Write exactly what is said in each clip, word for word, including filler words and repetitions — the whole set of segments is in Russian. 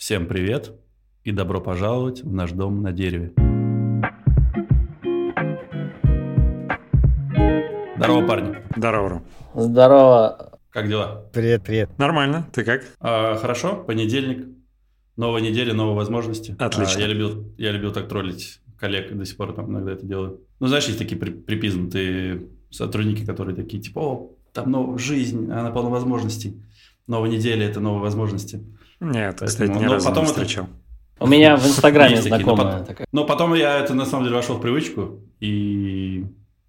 Всем привет и добро пожаловать в наш дом на дереве. Здорово, парни. Здорово. Здорово. Как дела? Привет, привет. Нормально, ты как? А, хорошо, понедельник, новая неделя, новые возможности. Отлично. А, я, любил, я любил так троллить коллег, до сих пор там иногда это делаю. Ну, знаешь, есть такие при, припизнутые сотрудники, которые такие, типа, о, там новая жизнь, она полна возможностей. Новая неделя – это новые возможности. Нет, Поэтому, кстати, ни но разу потом не это- встречал. У меня в Инстаграме Есть такие, но знакомая потом- такая. Но потом я это на самом деле вошел в привычку, и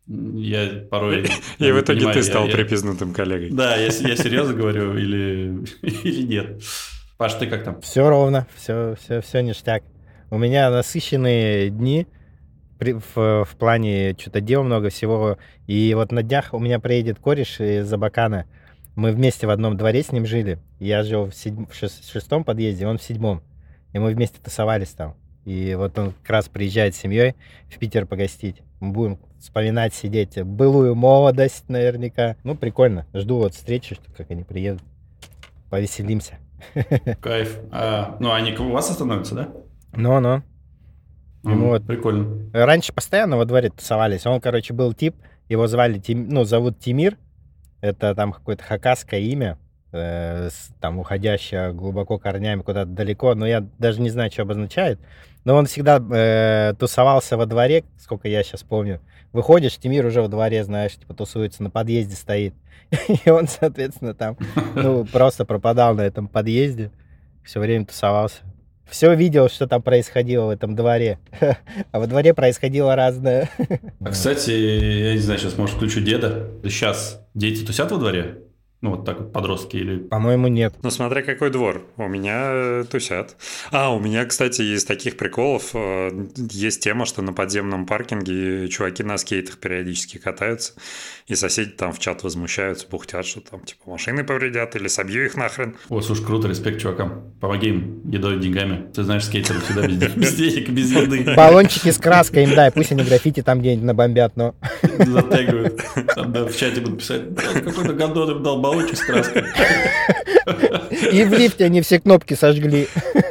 я порой... И я в не итоге понимаю, ты я- стал я- припизнутым коллегой. Да, я, я серьезно говорю или, или нет. Паш, ты как там? Все ровно, все, все, все ништяк. У меня насыщенные дни при- в, в плане что-то дел много всего. И вот на днях у меня приедет кореш из Абакана. Мы вместе в одном дворе с ним жили. Я жил в, седь- в шес- шестом подъезде, он в седьмом. И мы вместе тусовались там. И вот он как раз приезжает с семьей в Питер погостить. Мы будем вспоминать, сидеть былую молодость наверняка. Ну, прикольно. Жду вот встречи, что как они приедут. Повеселимся. Кайф. А, ну, они у вас остановятся, да? Ну-ну. Ему М, вот- Прикольно. Раньше постоянно во дворе тусовались. Он, короче, был тип, его звали, Тим- ну, зовут Тимир. Это там какое-то хакасское имя, э, с- там уходящее глубоко корнями куда-то далеко. Но я даже не знаю, что обозначает. Но он всегда э, тусовался во дворе, сколько я сейчас помню. Выходишь, Тимир уже во дворе, знаешь, типа тусуется, на подъезде стоит. И он, соответственно, там, ну, просто пропадал на этом подъезде. Все время тусовался. Все видел, что там происходило в этом дворе. А во дворе происходило разное. А, кстати, я не знаю, сейчас, может, включу деда. Сейчас дети тусят во дворе? Ну, вот так вот, подростки или... По-моему, нет. Ну, смотря какой двор. У меня э, тусят. А, у меня, кстати, из таких приколов э, есть тема, что на подземном паркинге чуваки на скейтах периодически катаются, и соседи там в чат возмущаются, бухтят, что там, типа, машины повредят или собью их нахрен. О, слушай, круто, респект чувакам. Помоги им едой, деньгами. Ты знаешь, скейтеры всегда без ден- без денег, без еды. Баллончики с краской им дай, пусть они граффити там где-нибудь набомбят, но... Затягивают. Там, да, в чате будут писать, «Блядь, какой-то гандон им дал баллончик с краской». И в лифте они все кнопки сожгли.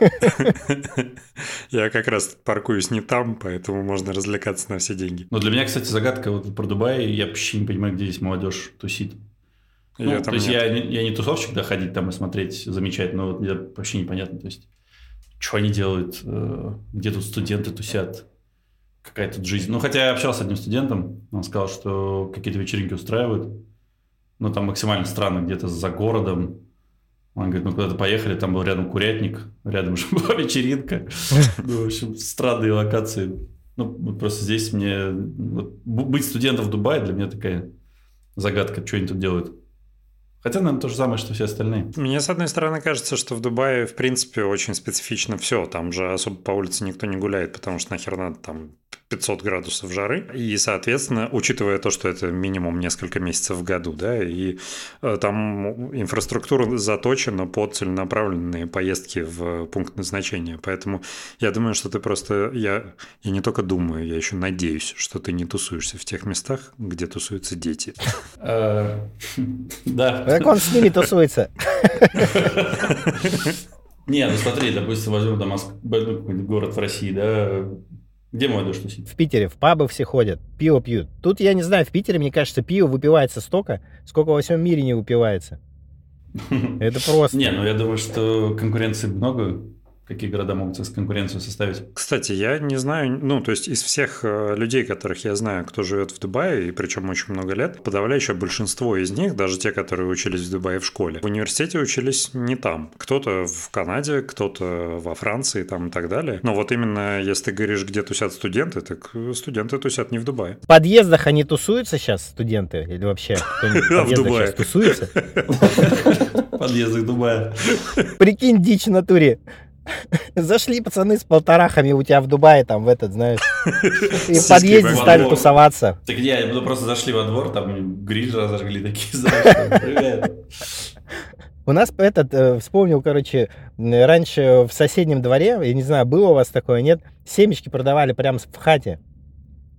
Я как раз паркуюсь не там, поэтому можно развлекаться на все деньги. Но для меня, кстати, загадка вот про Дубай. Я вообще не понимаю, где здесь молодежь тусит. Ну, Я то там есть нет. я, не- я не тусовщик, да, ходить там и смотреть, замечать, но вот мне вообще непонятно. То есть, что они делают, э, где тут студенты тусят, какая тут жизнь. Ну, хотя я общался с одним студентом, он сказал, что какие-то вечеринки устраивают, но там максимально странно, где-то за городом. Он говорит, мы куда-то поехали, там был рядом курятник, рядом же была вечеринка. Ну, в общем, странные локации. Ну, вот просто здесь мне... вот бу- быть студентом в Дубае для меня такая загадка, что они тут делают. Хотя, наверное, то же самое, что все остальные. Мне, с одной стороны, кажется, что в Дубае, в принципе, очень специфично все. Там же особо по улице никто не гуляет, потому что нахер надо там пятьсот градусов жары. И, соответственно, учитывая то, что это минимум несколько месяцев в году, да, и э, там инфраструктура заточена под целенаправленные поездки в пункт назначения. Поэтому я думаю, что ты просто... Я, я не только думаю, я еще надеюсь, что ты не тусуешься в тех местах, где тусуются дети. Э, Да. Как он с ними тусуется? Не, ну смотри, допустим, возьмем там Моск- ну, какой-нибудь город в России, да, где молодежь тусит? В Питере в пабы все ходят, пиво пьют. Тут, я не знаю, в Питере, мне кажется, пиво выпивается столько, сколько во всем мире не выпивается. Это просто. Не, ну я думаю, что конкуренции много. Какие города могут с конкуренцию составить? Кстати, я не знаю, ну, то есть из всех э, людей, которых я знаю, кто живет в Дубае, и причем очень много лет, подавляющее большинство из них, даже те, которые учились в Дубае в школе, в университете учились не там. Кто-то в Канаде, кто-то во Франции там и так далее. Но вот именно, если ты говоришь, где тусят студенты, так студенты тусят не в Дубае. В подъездах они тусуются сейчас, студенты? Или вообще кто-нибудь в В подъездах Дубае. сейчас тусуется? Подъезды Дубая. Прикинь, дичь в натуре. Зашли пацаны с полторахами у тебя в Дубае, там, в этот, знаешь, и в Сиськи подъезде во стали двор. тусоваться. Так я, ну просто зашли во двор, там гриль разожгли, такие, знаешь, там, привет. У нас этот, э, вспомнил, короче, м, раньше в соседнем дворе, я не знаю, было у вас такое, нет, семечки продавали прямо в хате.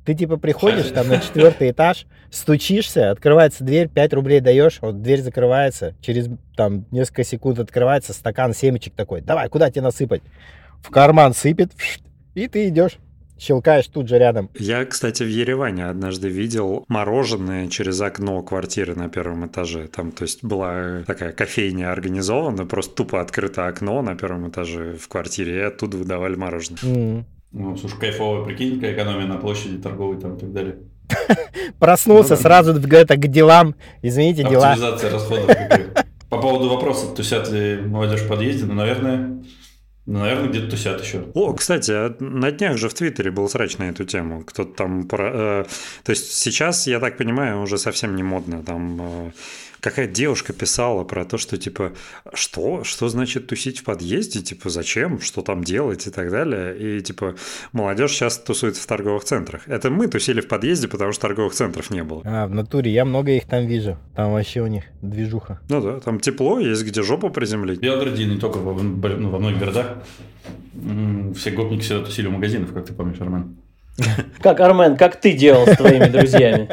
Ты типа приходишь там на четвертый этаж, стучишься, открывается дверь, пять рублей даешь, вот дверь закрывается, через там несколько секунд открывается стакан семечек такой. Давай, куда тебе насыпать? В карман сыпет, и ты идешь. Щелкаешь тут же рядом. Я, кстати, в Ереване однажды видел мороженое через окно квартиры на первом этаже. Там, то есть, была такая кофейня организована, просто тупо открыто окно на первом этаже в квартире, и оттуда выдавали мороженое. Mm. Ну, слушай, кайфово, прикинь, какая экономия на площади торговой там и так далее. Проснулся сразу это, к делам. Извините, дела. Оптимизация расходов. По поводу вопроса, тусят ли молодежь в подъезде, ну, наверное... Ну, наверное, где-то тусят еще. О, кстати, на днях же в Твиттере был срач на эту тему. Кто-то там... Про, э, то есть сейчас, я так понимаю, уже совсем не модно. Там э, какая-то девушка писала про то, что типа, что? Что значит тусить в подъезде? Типа, зачем? Что там делать? И так далее. И типа, молодежь сейчас тусуется в торговых центрах. Это мы тусили в подъезде, потому что торговых центров не было. А, в натуре. Я много их там вижу. Там вообще у них движуха. Ну да, там тепло, есть где жопу приземлить. В Белгороде, не только во, ну, во многих городах, все гопники всегда тусили в магазинах, как ты помнишь, Армен? Как, Армен, как ты делал с твоими друзьями?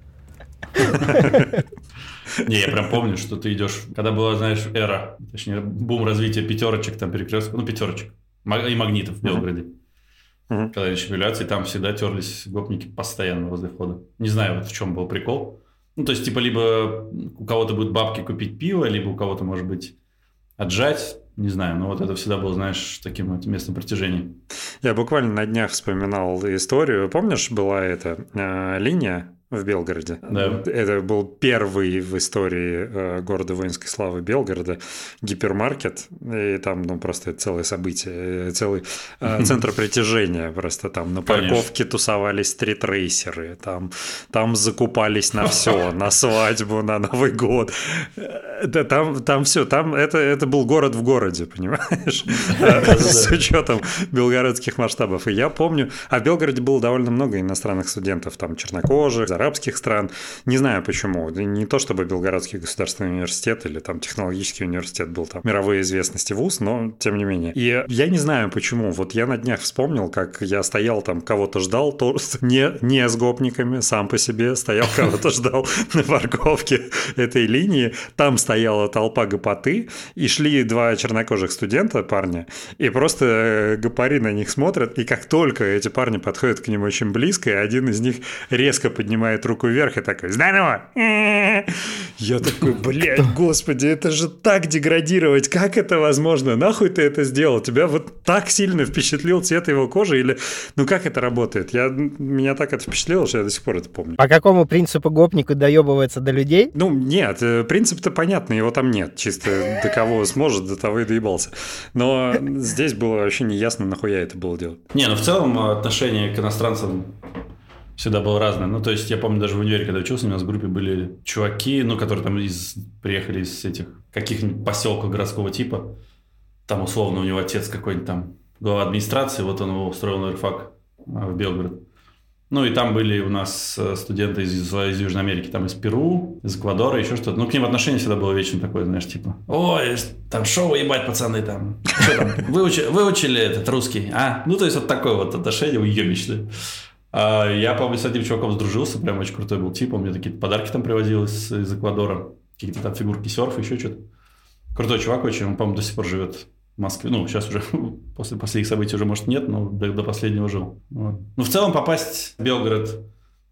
Не, я прям помню, что ты идешь, когда была, знаешь, эра, точнее, бум развития пятерочек, там перекрестков, ну, пятерочек, и магнитов в Белгороде. Uh-huh. Когда еще появляются, и там всегда терлись гопники постоянно возле входа. Не знаю, вот в чем был прикол. Ну, то есть, типа, либо у кого-то будут бабки купить пиво, либо у кого-то, может быть, отжать. Не знаю, но вот это всегда было, знаешь, таким вот местом притяжения. Я буквально на днях вспоминал историю. Помнишь, была эта э, линия в Белгороде? Да. Это был первый в истории э, города воинской славы Белгорода гипермаркет. И там, ну, просто целое событие, целый э, центр притяжения. Просто там на парковке тусовались стритрейсеры, там, там закупались на все, на свадьбу, на Новый год. Да, там, там все, там это, это был город в городе, понимаешь? С учетом белгородских масштабов. И я помню, а в Белгороде было довольно много иностранных студентов, там чернокожих, из арабских стран. Не знаю почему. Не то чтобы Белгородский государственный университет или там технологический университет был там мировой известности вуз, но тем не менее. И я не знаю почему. Вот я на днях вспомнил, как я стоял там, кого-то ждал, то не, не с гопниками, сам по себе стоял, кого-то ждал на парковке этой линии. Там стояла толпа гопоты, и шли два чернокожих студента, парня, и просто гопари на них смотрят, и как только эти парни подходят к ним очень близко, и один из них резко поднимает руку вверх и такой «Здорово!» Я такой, блядь, господи, это же так деградировать, как это возможно? Нахуй ты это сделал? Тебя вот так сильно впечатлил цвет его кожи? Или, ну как это работает? Я, меня так это впечатлило, что я до сих пор это помню. По какому принципу гопнику доебывается до людей? Ну, нет, принцип-то понятный, его там нет. Чисто до кого сможет, до того и доебался. Но здесь было вообще неясно, нахуя это было делать. Не, ну в целом отношение к иностранцам всегда было разное. Ну, то есть, я помню, даже в универе, когда учился, у нас в группе были чуваки, ну, которые там из, приехали из этих каких-нибудь поселков городского типа. Там, условно, у него отец какой-нибудь там глава администрации, вот он его устроил на юрфак в Белгород. Ну, и там были у нас студенты из, из Южной Америки, там из Перу, из Эквадора, еще что-то. Ну, к ним отношение всегда было вечно такое, знаешь, типа, ой, там шоу ебать, пацаны, там, что там, выучили, выучили этот русский, а? Ну, то есть, вот такое вот отношение уебищное. А я, помню, с одним чуваком сдружился, прям очень крутой был тип, он мне такие подарки там привозил из, из Эквадора, какие-то там фигурки серфа, еще что-то. Крутой чувак очень, он, по-моему, до сих пор живет в Москве. Ну, сейчас уже, после последних событий уже, может, нет, но до, до последнего жил. Вот. Ну, в целом, попасть в Белгород,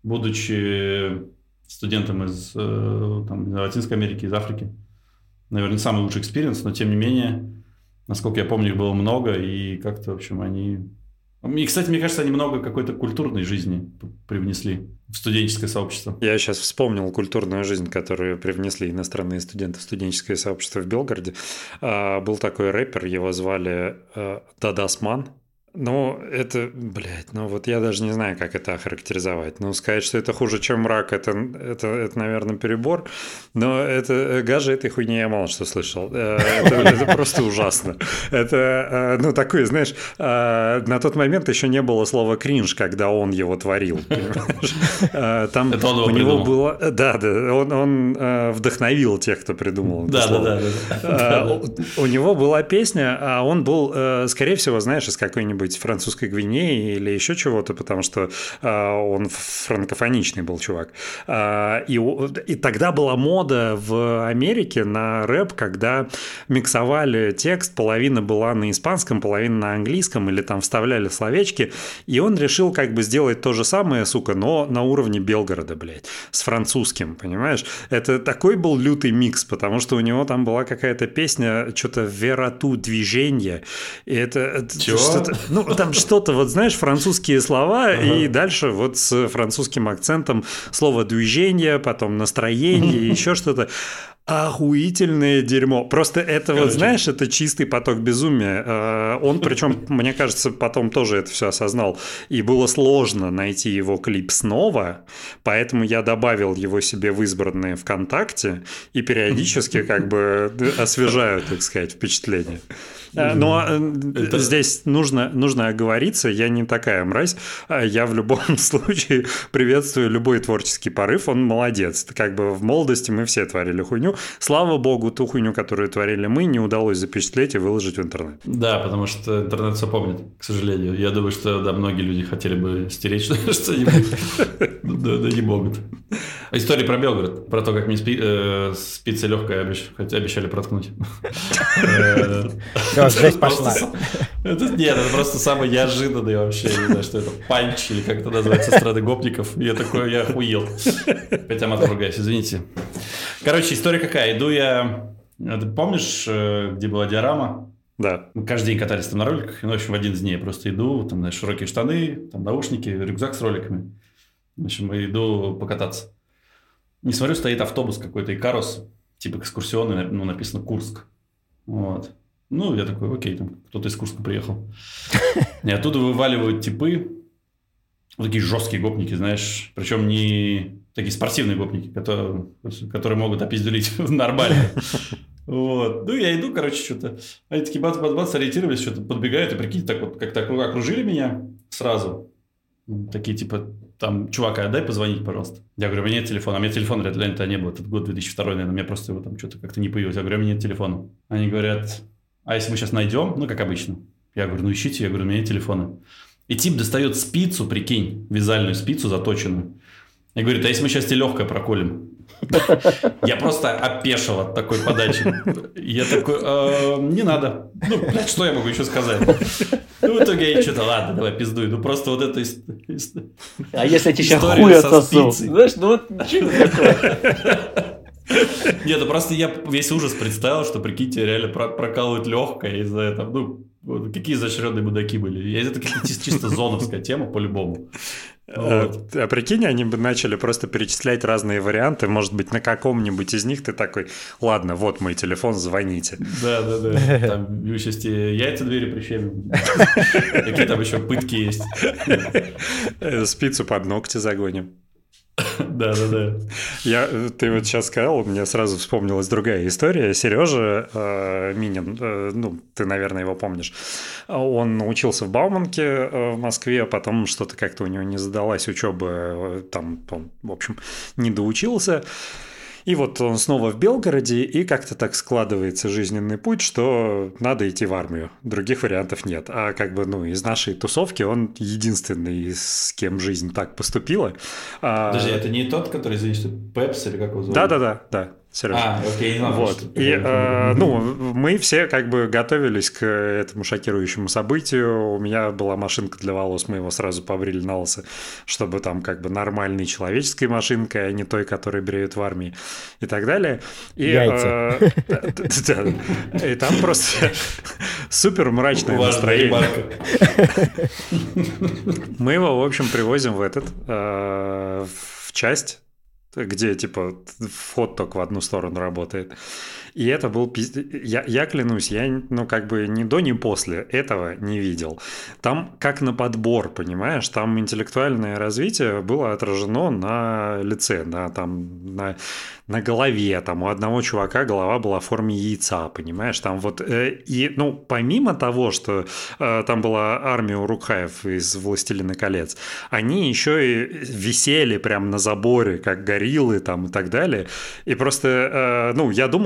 будучи студентом из там, Латинской Америки, из Африки, наверное, не самый лучший экспириенс, но, тем не менее, насколько я помню, их было много, и как-то, в общем, они... И, кстати, мне кажется, они много какой-то культурной жизни привнесли в студенческое сообщество. Я сейчас вспомнил культурную жизнь, которую привнесли иностранные студенты в студенческое сообщество в Белгороде. А, был такой рэпер, его звали а, Дадасман. Ну, это, блядь, ну вот я даже не знаю, как это охарактеризовать. Ну, сказать, что это хуже, чем мрак, это, это, это наверное, перебор. Но это, гаже этой хуйни я мало что слышал. Это, это просто ужасно. Это, ну, такой, знаешь, на тот момент еще не было слова кринж, когда он его творил, понимаешь? Там это он у придумал. него было... Да, да, он, он вдохновил тех, кто придумал это да, слово. Да, да, да. У него была песня, а он был, скорее всего, знаешь, из какой-нибудь какой-нибудь французской Гвинеи или еще чего-то, потому что э, он франкофоничный был чувак. Э, и, и тогда была мода в Америке на рэп, когда миксовали текст, половина была на испанском, половина на английском, или там вставляли словечки, и он решил как бы сделать то же самое, сука, но на уровне Белгорода, блядь, с французским, понимаешь? Это такой был лютый микс, потому что у него там была какая-то песня, что-то «Верату движение», и это что-то, ну, там что-то, вот знаешь, французские слова, ага. И дальше вот с французским акцентом слово «движение», потом «настроение», еще что-то. Охуительное дерьмо. Просто это, короче, вот знаешь, это чистый поток безумия. Он, причем, мне кажется, потом тоже это все осознал. И было сложно найти его клип снова, поэтому я добавил его себе в избранные ВКонтакте и периодически как бы освежаю, так сказать, впечатление. Но это... здесь нужно, нужно оговориться, я не такая мразь, я в любом случае приветствую любой творческий порыв, он молодец. Как бы в молодости мы все творили хуйню, слава богу, ту хуйню, которую творили мы, не удалось запечатлеть и выложить в интернет. Да, потому что интернет все помнит, к сожалению. Я думаю, что да, многие люди хотели бы стереть что-нибудь, да не могут. История про Белгород, про то, как мне спицы легкой обещали проткнуть. Все, жесть пошла. Это, нет, это просто самый неожиданный вообще, не знаю, что это, панч или как это называется, со стороны гопников. Я такой, я охуел. Хотя мат ругаюсь, извините. Короче, история какая? Иду я... Ты помнишь, где была диорама? Да. Мы каждый день катались там на роликах. И, ну, в общем, в один из дней я просто иду, там, знаешь, широкие штаны, там, наушники, рюкзак с роликами. В общем, я иду покататься. Не смотрю, стоит автобус какой-то, Икарус, типа экскурсионный, ну, написано Курск. Вот. Ну, я такой, окей, там кто-то из Курска приехал. И оттуда вываливают типы, вот такие жесткие гопники, знаешь, причем не такие спортивные гопники, которые, которые могут опизделить нормально. Вот. Ну, я иду, короче, что-то. Они такие бац-бац-бац, ориентировались, что-то подбегают, и прикиньте, так вот как-то окружили меня сразу. Такие, типа, там, чувак, отдай позвонить, пожалуйста. Я говорю, у меня нет телефона. А у меня телефона реально не было. Этот год две тысячи второй, наверное, у меня просто его там что-то как-то не появилось. Я говорю, у меня нет телефона. Они говорят, а если мы сейчас найдем, ну, как обычно. Я говорю, ну, ищите. Я говорю, у меня нет телефона. И тип достает спицу, прикинь, вязальную спицу заточенную. И говорит, а если мы сейчас тебе легкое проколем? Я просто опешил от такой подачи. Я такой, не надо. Ну, блядь, что я могу еще сказать? Ну, в итоге я что-то, ладно, давай пиздуй. Ну, просто вот эта история. А если я тебе сейчас хуй отсосу? Знаешь, ну вот ничего такое. Нет, ну просто я весь ужас представил, что, прикиньте, реально прокалывают легкое из-за этого. Ну, вот, какие изощренные мудаки были. Это какая-то чисто зоновская тема, по-любому. Вот. А, а прикинь, они бы начали просто перечислять разные варианты. Может быть, на каком-нибудь из них ты такой, ладно, вот мой телефон, звоните. Да, да, да. Там мы сейчас тебе яйца двери прищемим. Какие там еще пытки есть. Спицу под ногти загоним. Да, да, да. Я, ты вот сейчас сказал, мне сразу вспомнилась другая история. Сережа э, Минин, э, ну, ты, наверное, его помнишь. Он учился в Бауманке э, в Москве, а потом что-то как-то у него не задалась учеба, э, там, он, в общем, не доучился. И вот он снова в Белгороде, и как-то так складывается жизненный путь, что надо идти в армию. Других вариантов нет. А как бы, ну, из нашей тусовки он единственный, с кем жизнь так поступила. Подожди, а... это не тот, который, извини, что Пепс или как его зовут? Да-да-да, да. Сережа. А, окей, не знаю. Вот. И, э, ну, мы все как бы готовились к этому шокирующему событию. У меня была машинка для волос, мы его сразу побрили на лысо, чтобы там как бы нормальной человеческой машинкой, а не той, которую бреют в армии и так далее. И, Яйца. И там просто супер мрачное настроение. Мы его, в общем, привозим в этот, в часть, где, типа, вход только в одну сторону работает. И это был пиздец. Я, я клянусь, я, ну, как бы ни до, ни после этого не видел. Там как на подбор, понимаешь? Там интеллектуальное развитие было отражено на лице, на, там, на, на голове. Там у одного чувака голова была в форме яйца, понимаешь? Там вот... Э, и, ну, помимо того, что э, там была армия урукхаев из «Властелина колец», они еще и висели прям на заборе, как гориллы там и так далее. И просто, э, ну, я думал, что я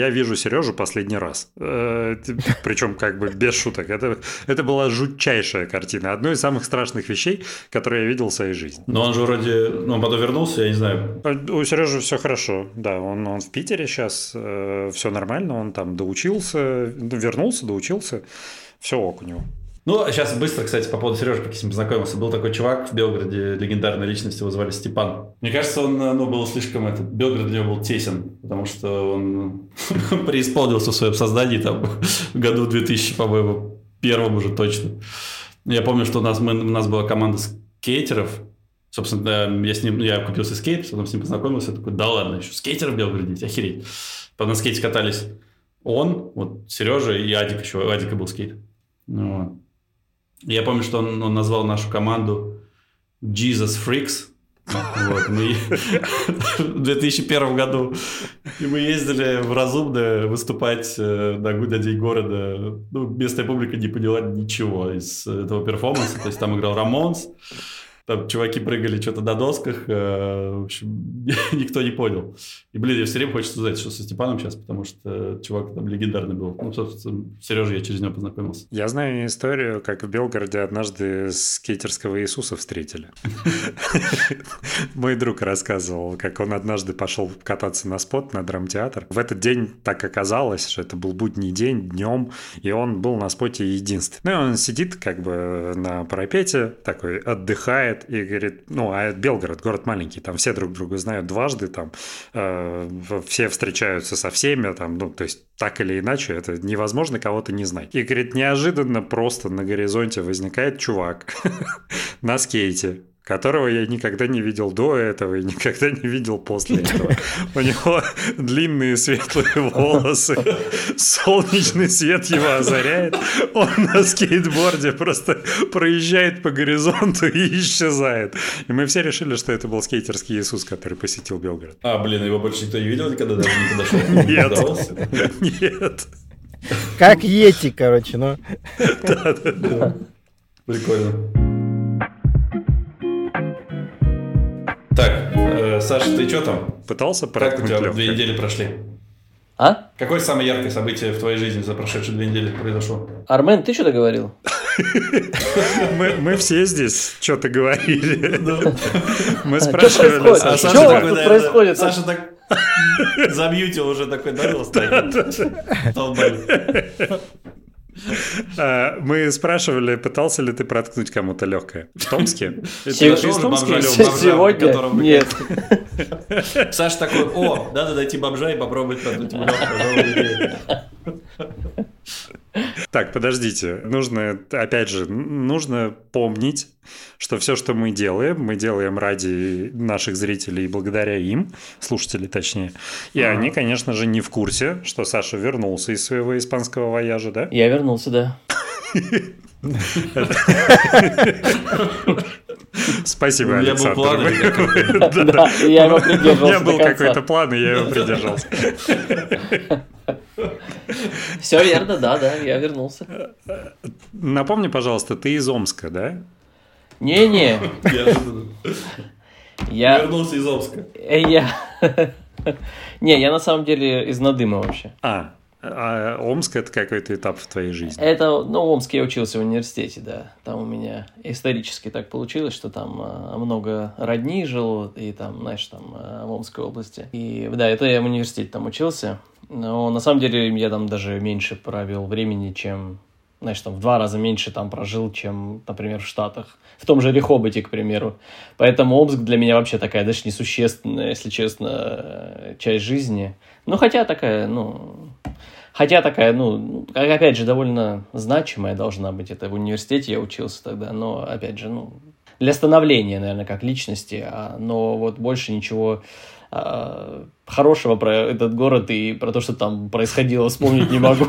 вижу Сережу последний раз. Причем как бы без шуток. Это, это была жутчайшая картина. Одной из самых страшных вещей, которые я видел в своей жизни. Но он же вроде... Ну, он потом вернулся, я не знаю. У Сережи все хорошо. Да, он, он в Питере сейчас. Э, все нормально. Он там доучился. Вернулся, доучился. Все ок у него. Ну, сейчас быстро, кстати, по поводу Сережи, как я с ним познакомился. Был такой чувак в Белгороде, легендарная личность, его звали Степан. Мне кажется, он ну, был слишком... Этот, Белгород для него был тесен, потому что он преисполнился в своем создании там, в году две тысячи, по-моему, первом уже точно. Я помню, что у нас, мы, у нас была команда скейтеров. Собственно, я с ним, я купился скейт, потом с ним познакомился. Я такой, да ладно, еще скейтеры в Белгороде, охереть. Потом на скейте катались он, вот Сережа и Адик еще. У Адика был скейт. Вот. Я помню, что он, он назвал нашу команду Jesus Freaks. Вот, мы в две тысячи первом году и мы ездили в Разумное выступать на Гудя День города. Ну, местная публика не поняла ничего из этого перформанса. То есть там играл Рамонс, там чуваки прыгали что-то на досках. В общем, никто не понял. И, блин, я все время хочется узнать, что со Степаном сейчас, потому что чувак там легендарный был. Ну, собственно, Сережа, я через него познакомился. Я знаю историю, как в Белгороде однажды скейтерского Иисуса встретили. Мой друг рассказывал, как он однажды пошел кататься на спот, на драмтеатр. В этот день так оказалось, что это был будний день, днем, и он был на споте единственный. Ну, и он сидит как бы на парапете, такой отдыхает, и говорит, ну, а Белгород, город маленький, там все друг друга знают дважды, там э, все встречаются со всеми, там, ну, то есть так или иначе, это невозможно кого-то не знать. И, говорит, неожиданно просто на горизонте возникает чувак на скейте, которого я никогда не видел до этого и никогда не видел после этого. У него длинные светлые волосы, солнечный свет его озаряет, он на скейтборде просто проезжает по горизонту и исчезает. И мы все решили, что это был скейтерский Иисус, который посетил Белгород. А, блин, его больше никто не видел никогда, даже не подошел? Нет, нет. Как Йети, короче, ну. Да-да-да. Прикольно. Так, э, Саша, ты что там? Пытался Как у проткнуть тебя лёгкое? две недели прошли? А? Какое самое яркое событие в твоей жизни за прошедшие две недели произошло? Армен, ты что-то говорил? Мы, мы все здесь что-то говорили. Мы Что спрашивали. происходит? А Что Саша у вас такой, тут да, происходит? Саша так замьютил уже такой, да, стоит. Мы спрашивали, пытался ли ты проткнуть кому-то легкое. В Томске? Это Сего- же из Томска или Бомжа, он- Сегодня? которого мы- Нет. Саша такой, о, надо найти бомжа и попробовать проткнуть ему легкое. Так, подождите. Нужно, опять же, нужно помнить, что все, что мы делаем, мы делаем ради наших зрителей и благодаря им, слушателей точнее. И Ага. они, конечно же, не в курсе, что Саша вернулся из своего испанского вояжа, да? Я вернулся, да. Спасибо, У меня был Александр. план, Вы- или как? Да, Да, и я его У придерживался меня до был конца. какой-то план, и я его придержался. Все верно, да, да, я вернулся. Напомни, пожалуйста, ты из Омска, да? Не-не, Неожиданно. я... Вернулся из Омска. э, я... Не, я на самом деле из Надыма вообще. А, а Омск – это какой-то этап в твоей жизни. Это, ну, в Омске я учился в университете, да. Там у меня исторически так получилось, что там а, много родней жило, и там, знаешь, там а, в Омской области. И да, это я в университете там учился. Но на самом деле я там даже меньше провел времени, чем, знаешь, там в два раза меньше там прожил, чем, например, в Штатах. В том же Рехоботе, к примеру. Поэтому Омск для меня вообще такая даже несущественная, если честно, часть жизни. Ну, хотя такая, ну... Хотя такая, ну, опять же, довольно значимая должна быть. Это в университете я учился тогда, но, опять же, ну, для становления, наверное, как личности. А, но вот больше ничего а, хорошего про этот город и про то, что там происходило, вспомнить не могу.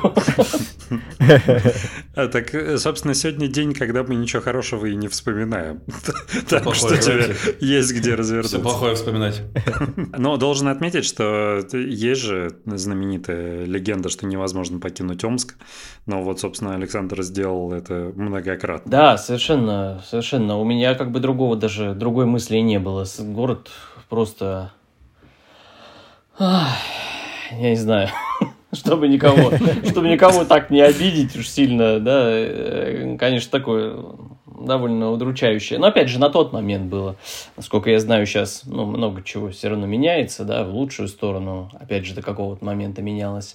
А, так, собственно, сегодня день, когда мы ничего хорошего и не вспоминаем. Так плохое, что тебе знаете. есть где Все развернуться. плохое вспоминать. Но должен отметить, что есть же знаменитая легенда, что невозможно покинуть Омск. Но вот, собственно, Александр сделал это многократно. Да, совершенно, совершенно. У меня как бы другого даже, другой мысли и не было. С- Город просто... Ах, я не знаю. чтобы никого, чтобы никого так не обидеть уж сильно, да, конечно, такое довольно удручающее. Но, опять же, на тот момент было, насколько я знаю, сейчас, ну, много чего все равно меняется, да, в лучшую сторону, опять же, до какого-то момента менялось.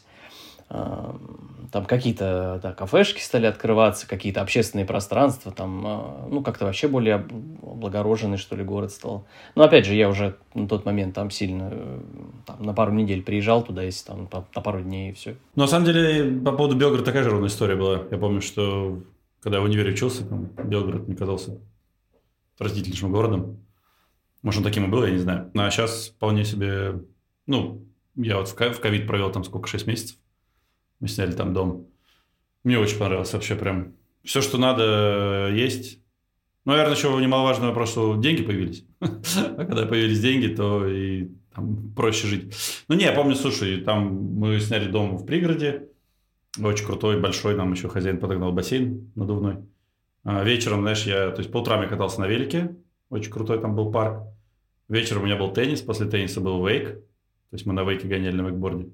Там какие-то, да, кафешки стали открываться, какие-то общественные пространства, там, ну, как-то вообще более облагороженный, что ли, город стал. Но, опять же, я уже на тот момент там сильно, там, на пару недель приезжал туда, если там на пару дней и все. Ну, на самом деле, по поводу Белгорода такая же ровная история была. Я помню, что когда я в универе учился, там, Белгород мне казался отвратительнейшим городом. Может, он таким и был, я не знаю. А сейчас вполне себе... Ну, я вот в ковид провел там сколько, шесть месяцев. Мы сняли там дом. Мне очень понравилось вообще прям. Все, что надо, есть. Ну, наверное, еще немаловажный вопрос, что деньги появились. А когда появились деньги, то и там проще жить. Ну, не, я помню, слушай, там мы сняли дом в пригороде. Очень крутой, большой. Нам еще хозяин подогнал бассейн надувной. А вечером, знаешь, я... То есть по утрам я катался на велике. Очень крутой там был парк. Вечером у меня был теннис. После тенниса был вейк. То есть мы на вейке гоняли на вейкборде.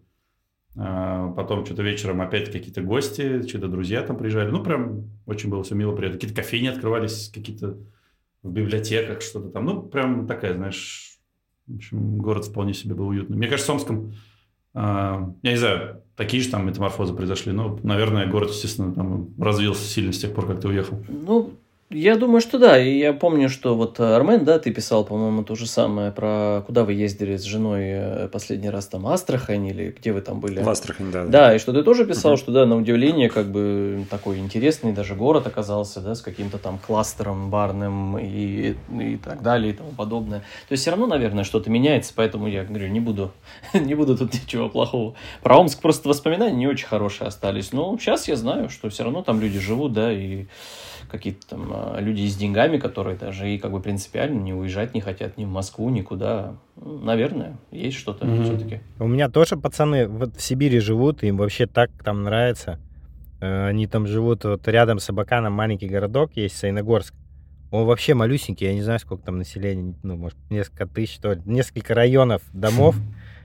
А потом что-то вечером опять какие-то гости, что-то друзья там приезжали. Ну, прям очень было все мило, приятно. Какие-то кофейни открывались, какие-то в библиотеках, что-то там. Ну, прям такая, знаешь, в общем, город вполне себе был уютный. Мне кажется, в Омском, а, я не знаю, такие же там метаморфозы произошли. Ну, наверное, город, естественно, там развился сильно с тех пор, как ты уехал. Ну, я думаю, что да. И я помню, что вот, Армен, да, ты писал, по-моему, то же самое про куда вы ездили с женой последний раз, там, Астрахань или где вы там были? В Астрахань, да. Да, и что ты тоже писал, uh-huh. что, да, на удивление, как бы такой интересный даже город оказался, да, с каким-то там кластером барным и, и так далее и тому подобное. То есть все равно, наверное, что-то меняется, поэтому я говорю, не буду, не буду тут ничего плохого. Про Омск просто воспоминания не очень хорошие остались, но сейчас я знаю, что все равно там люди живут, да, и какие-то там люди с деньгами, которые даже и как бы принципиально не уезжать не хотят ни в Москву, никуда. Ну, наверное, есть что-то mm-hmm. все-таки. У меня тоже пацаны вот в Сибири живут, им вообще так там нравится. Они там живут, вот рядом с Абаканом маленький городок есть, Саяногорск. Он вообще малюсенький, я не знаю, сколько там населения, ну, может, несколько тысяч, что ли, несколько районов, домов.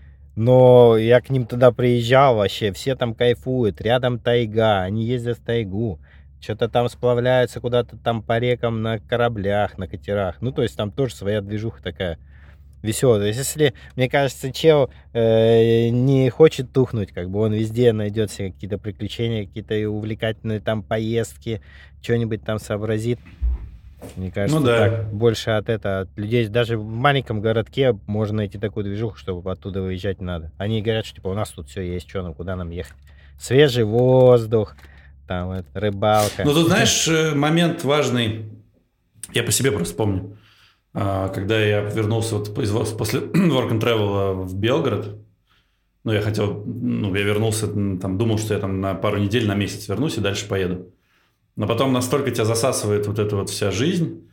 Но я к ним туда приезжал вообще, все там кайфуют, рядом тайга, они ездят в тайгу. Что-то там сплавляются куда-то там по рекам на кораблях, на катерах. Ну, то есть там тоже своя движуха такая веселая. То есть если, мне кажется, чел э, не хочет тухнуть, как бы он везде найдет себе какие-то приключения, какие-то увлекательные там поездки, что-нибудь там сообразит. Мне кажется, ну, да. так больше от этого, от людей. Даже в маленьком городке можно найти такую движуху, чтобы оттуда выезжать не надо. Они говорят, что типа у нас тут все есть, что нам, куда нам ехать. Свежий воздух. Там это, рыбалка. Ну, тут, знаешь, момент важный. Я по себе просто помню. Когда я вернулся вот после Work and Travel в Белгород, ну, я хотел, ну, я вернулся, там, думал, что я там на пару недель, на месяц вернусь и дальше поеду. Но потом настолько тебя засасывает вот эта вот вся жизнь,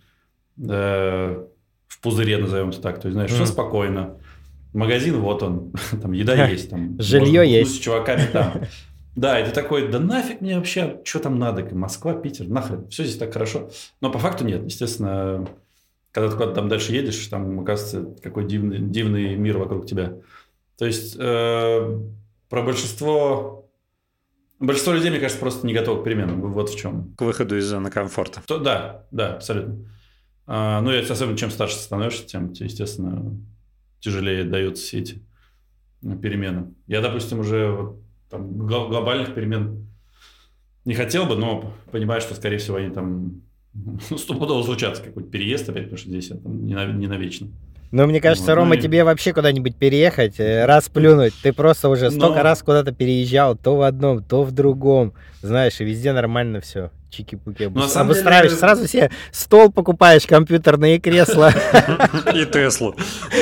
да, в пузыре, назовем это так. То есть, знаешь, mm. все спокойно. Магазин, вот он, там еда есть. Там, жилье есть. С чуваками там. Да, и ты такой, да нафиг мне вообще, что там надо, Москва, Питер, нахрен, все здесь так хорошо. Но по факту нет, естественно, когда ты куда-то там дальше едешь, там оказывается какой дивный, дивный мир вокруг тебя. То есть э, про большинство, большинство людей, мне кажется, просто не готовы к переменам, вот в чем. К выходу из зоны комфорта. То, да, да, абсолютно. А, ну, и особенно чем старше становишься, тем, естественно, тяжелее даются все эти перемены. Я, допустим, уже... Вот, там, глобальных перемен не хотел бы, но понимаю, что, скорее всего, они там ну, стопудово случатся, какой-то переезд опять, потому что здесь я там не, на, не навечно. Ну, мне кажется, вот, Рома, ну, тебе и... вообще куда-нибудь переехать, раз плюнуть. Ты просто уже столько но... раз куда-то переезжал, то в одном, то в другом. Знаешь, и везде нормально все. Чики-пуки обус... обустраиваешь. Деле... Сразу себе стол покупаешь, компьютерные кресла. И Теслу.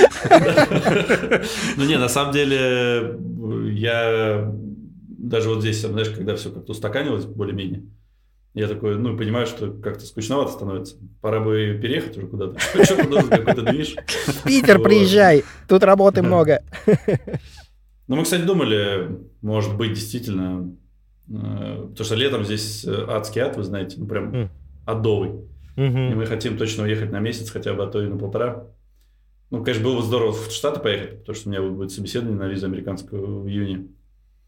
Ну, не, на самом деле, я даже вот здесь, знаешь, когда все как-то устаканилось более-менее, я такой, ну, понимаю, что как-то скучновато становится. Пора бы переехать уже куда-то. Что-то нужно, какой-то движ. В Питер приезжай, тут работы много. Ну, мы, кстати, думали, может быть, действительно, потому что летом здесь адский ад, вы знаете, ну, прям адовый. И мы хотим точно уехать на месяц, хотя бы, а то и на полтора. Ну, конечно, было бы здорово в Штаты поехать, потому что у меня будет собеседование на визу американскую в июне.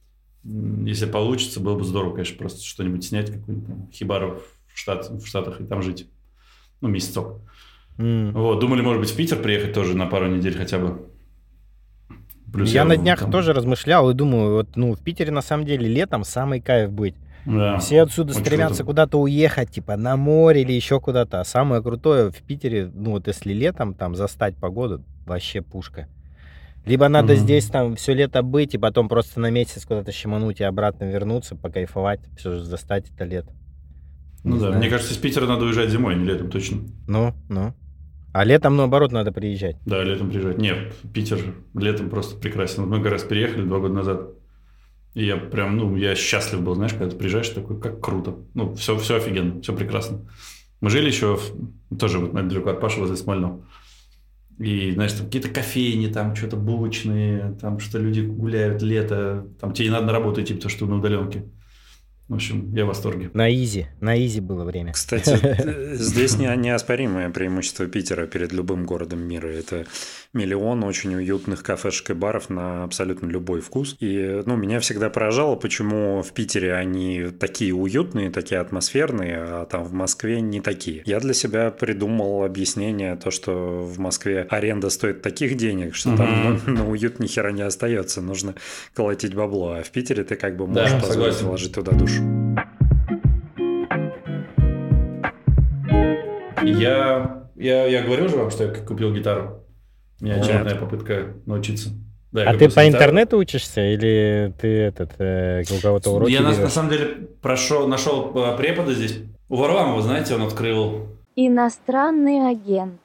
если получится, было бы здорово, конечно, просто что-нибудь снять, какую-нибудь там хибару в, Штат, в Штатах и там жить. Ну, месяцок. Mm. Вот, думали, может быть, в Питер приехать тоже на пару недель хотя бы. Плюс я, я на днях там... тоже размышлял и думаю, вот, ну, в Питере на самом деле летом самый кайф быть. Да, все отсюда стремятся круто. Куда-то уехать, типа на море или еще куда-то. А самое крутое в Питере, ну вот если летом там застать погоду, вообще пушка. Либо надо угу. здесь там все лето быть и потом просто на месяц куда-то щемануть и обратно вернуться, покайфовать, все же застать это лето. Ну не да, знаю. Мне кажется, из Питера надо уезжать зимой, а не летом точно. Ну, ну. А летом, наоборот, надо приезжать. Да, летом приезжать. Нет, Питер летом просто прекрасен. Вот мы как раз переехали два года назад. И я прям, ну, я счастлив был, знаешь, когда ты приезжаешь, такой, как круто. Ну, все, все офигенно, все прекрасно. Мы жили еще, в, тоже вот недалеко от Паши, возле Смольного. И, знаешь, там какие-то кофейни, там что-то булочные, там что люди гуляют лето, там тебе не надо на работу идти, потому что ты на удаленке. В общем, я в восторге. На изи, на изи было время. Кстати, здесь не, неоспоримое преимущество Питера перед любым городом мира. Это миллион очень уютных кафешек и баров на абсолютно любой вкус. И, ну, меня всегда поражало, почему в Питере они такие уютные, такие атмосферные, а там в Москве не такие. Я для себя придумал объяснение, то, что в Москве аренда стоит таких денег, что там на, на уют ни хера не остается. Нужно колотить бабло. А в Питере ты как бы можешь да, позволить вложить туда душу. Я, я, я говорил же вам, что я купил гитару. У меня очередная попытка научиться. Да, а ты по гитару. Интернету учишься или ты этот, э, у кого-то уроки Я берешь? на, на самом деле прошел, нашел препода здесь. У Варламова, знаете, он открыл... Иностранный агент.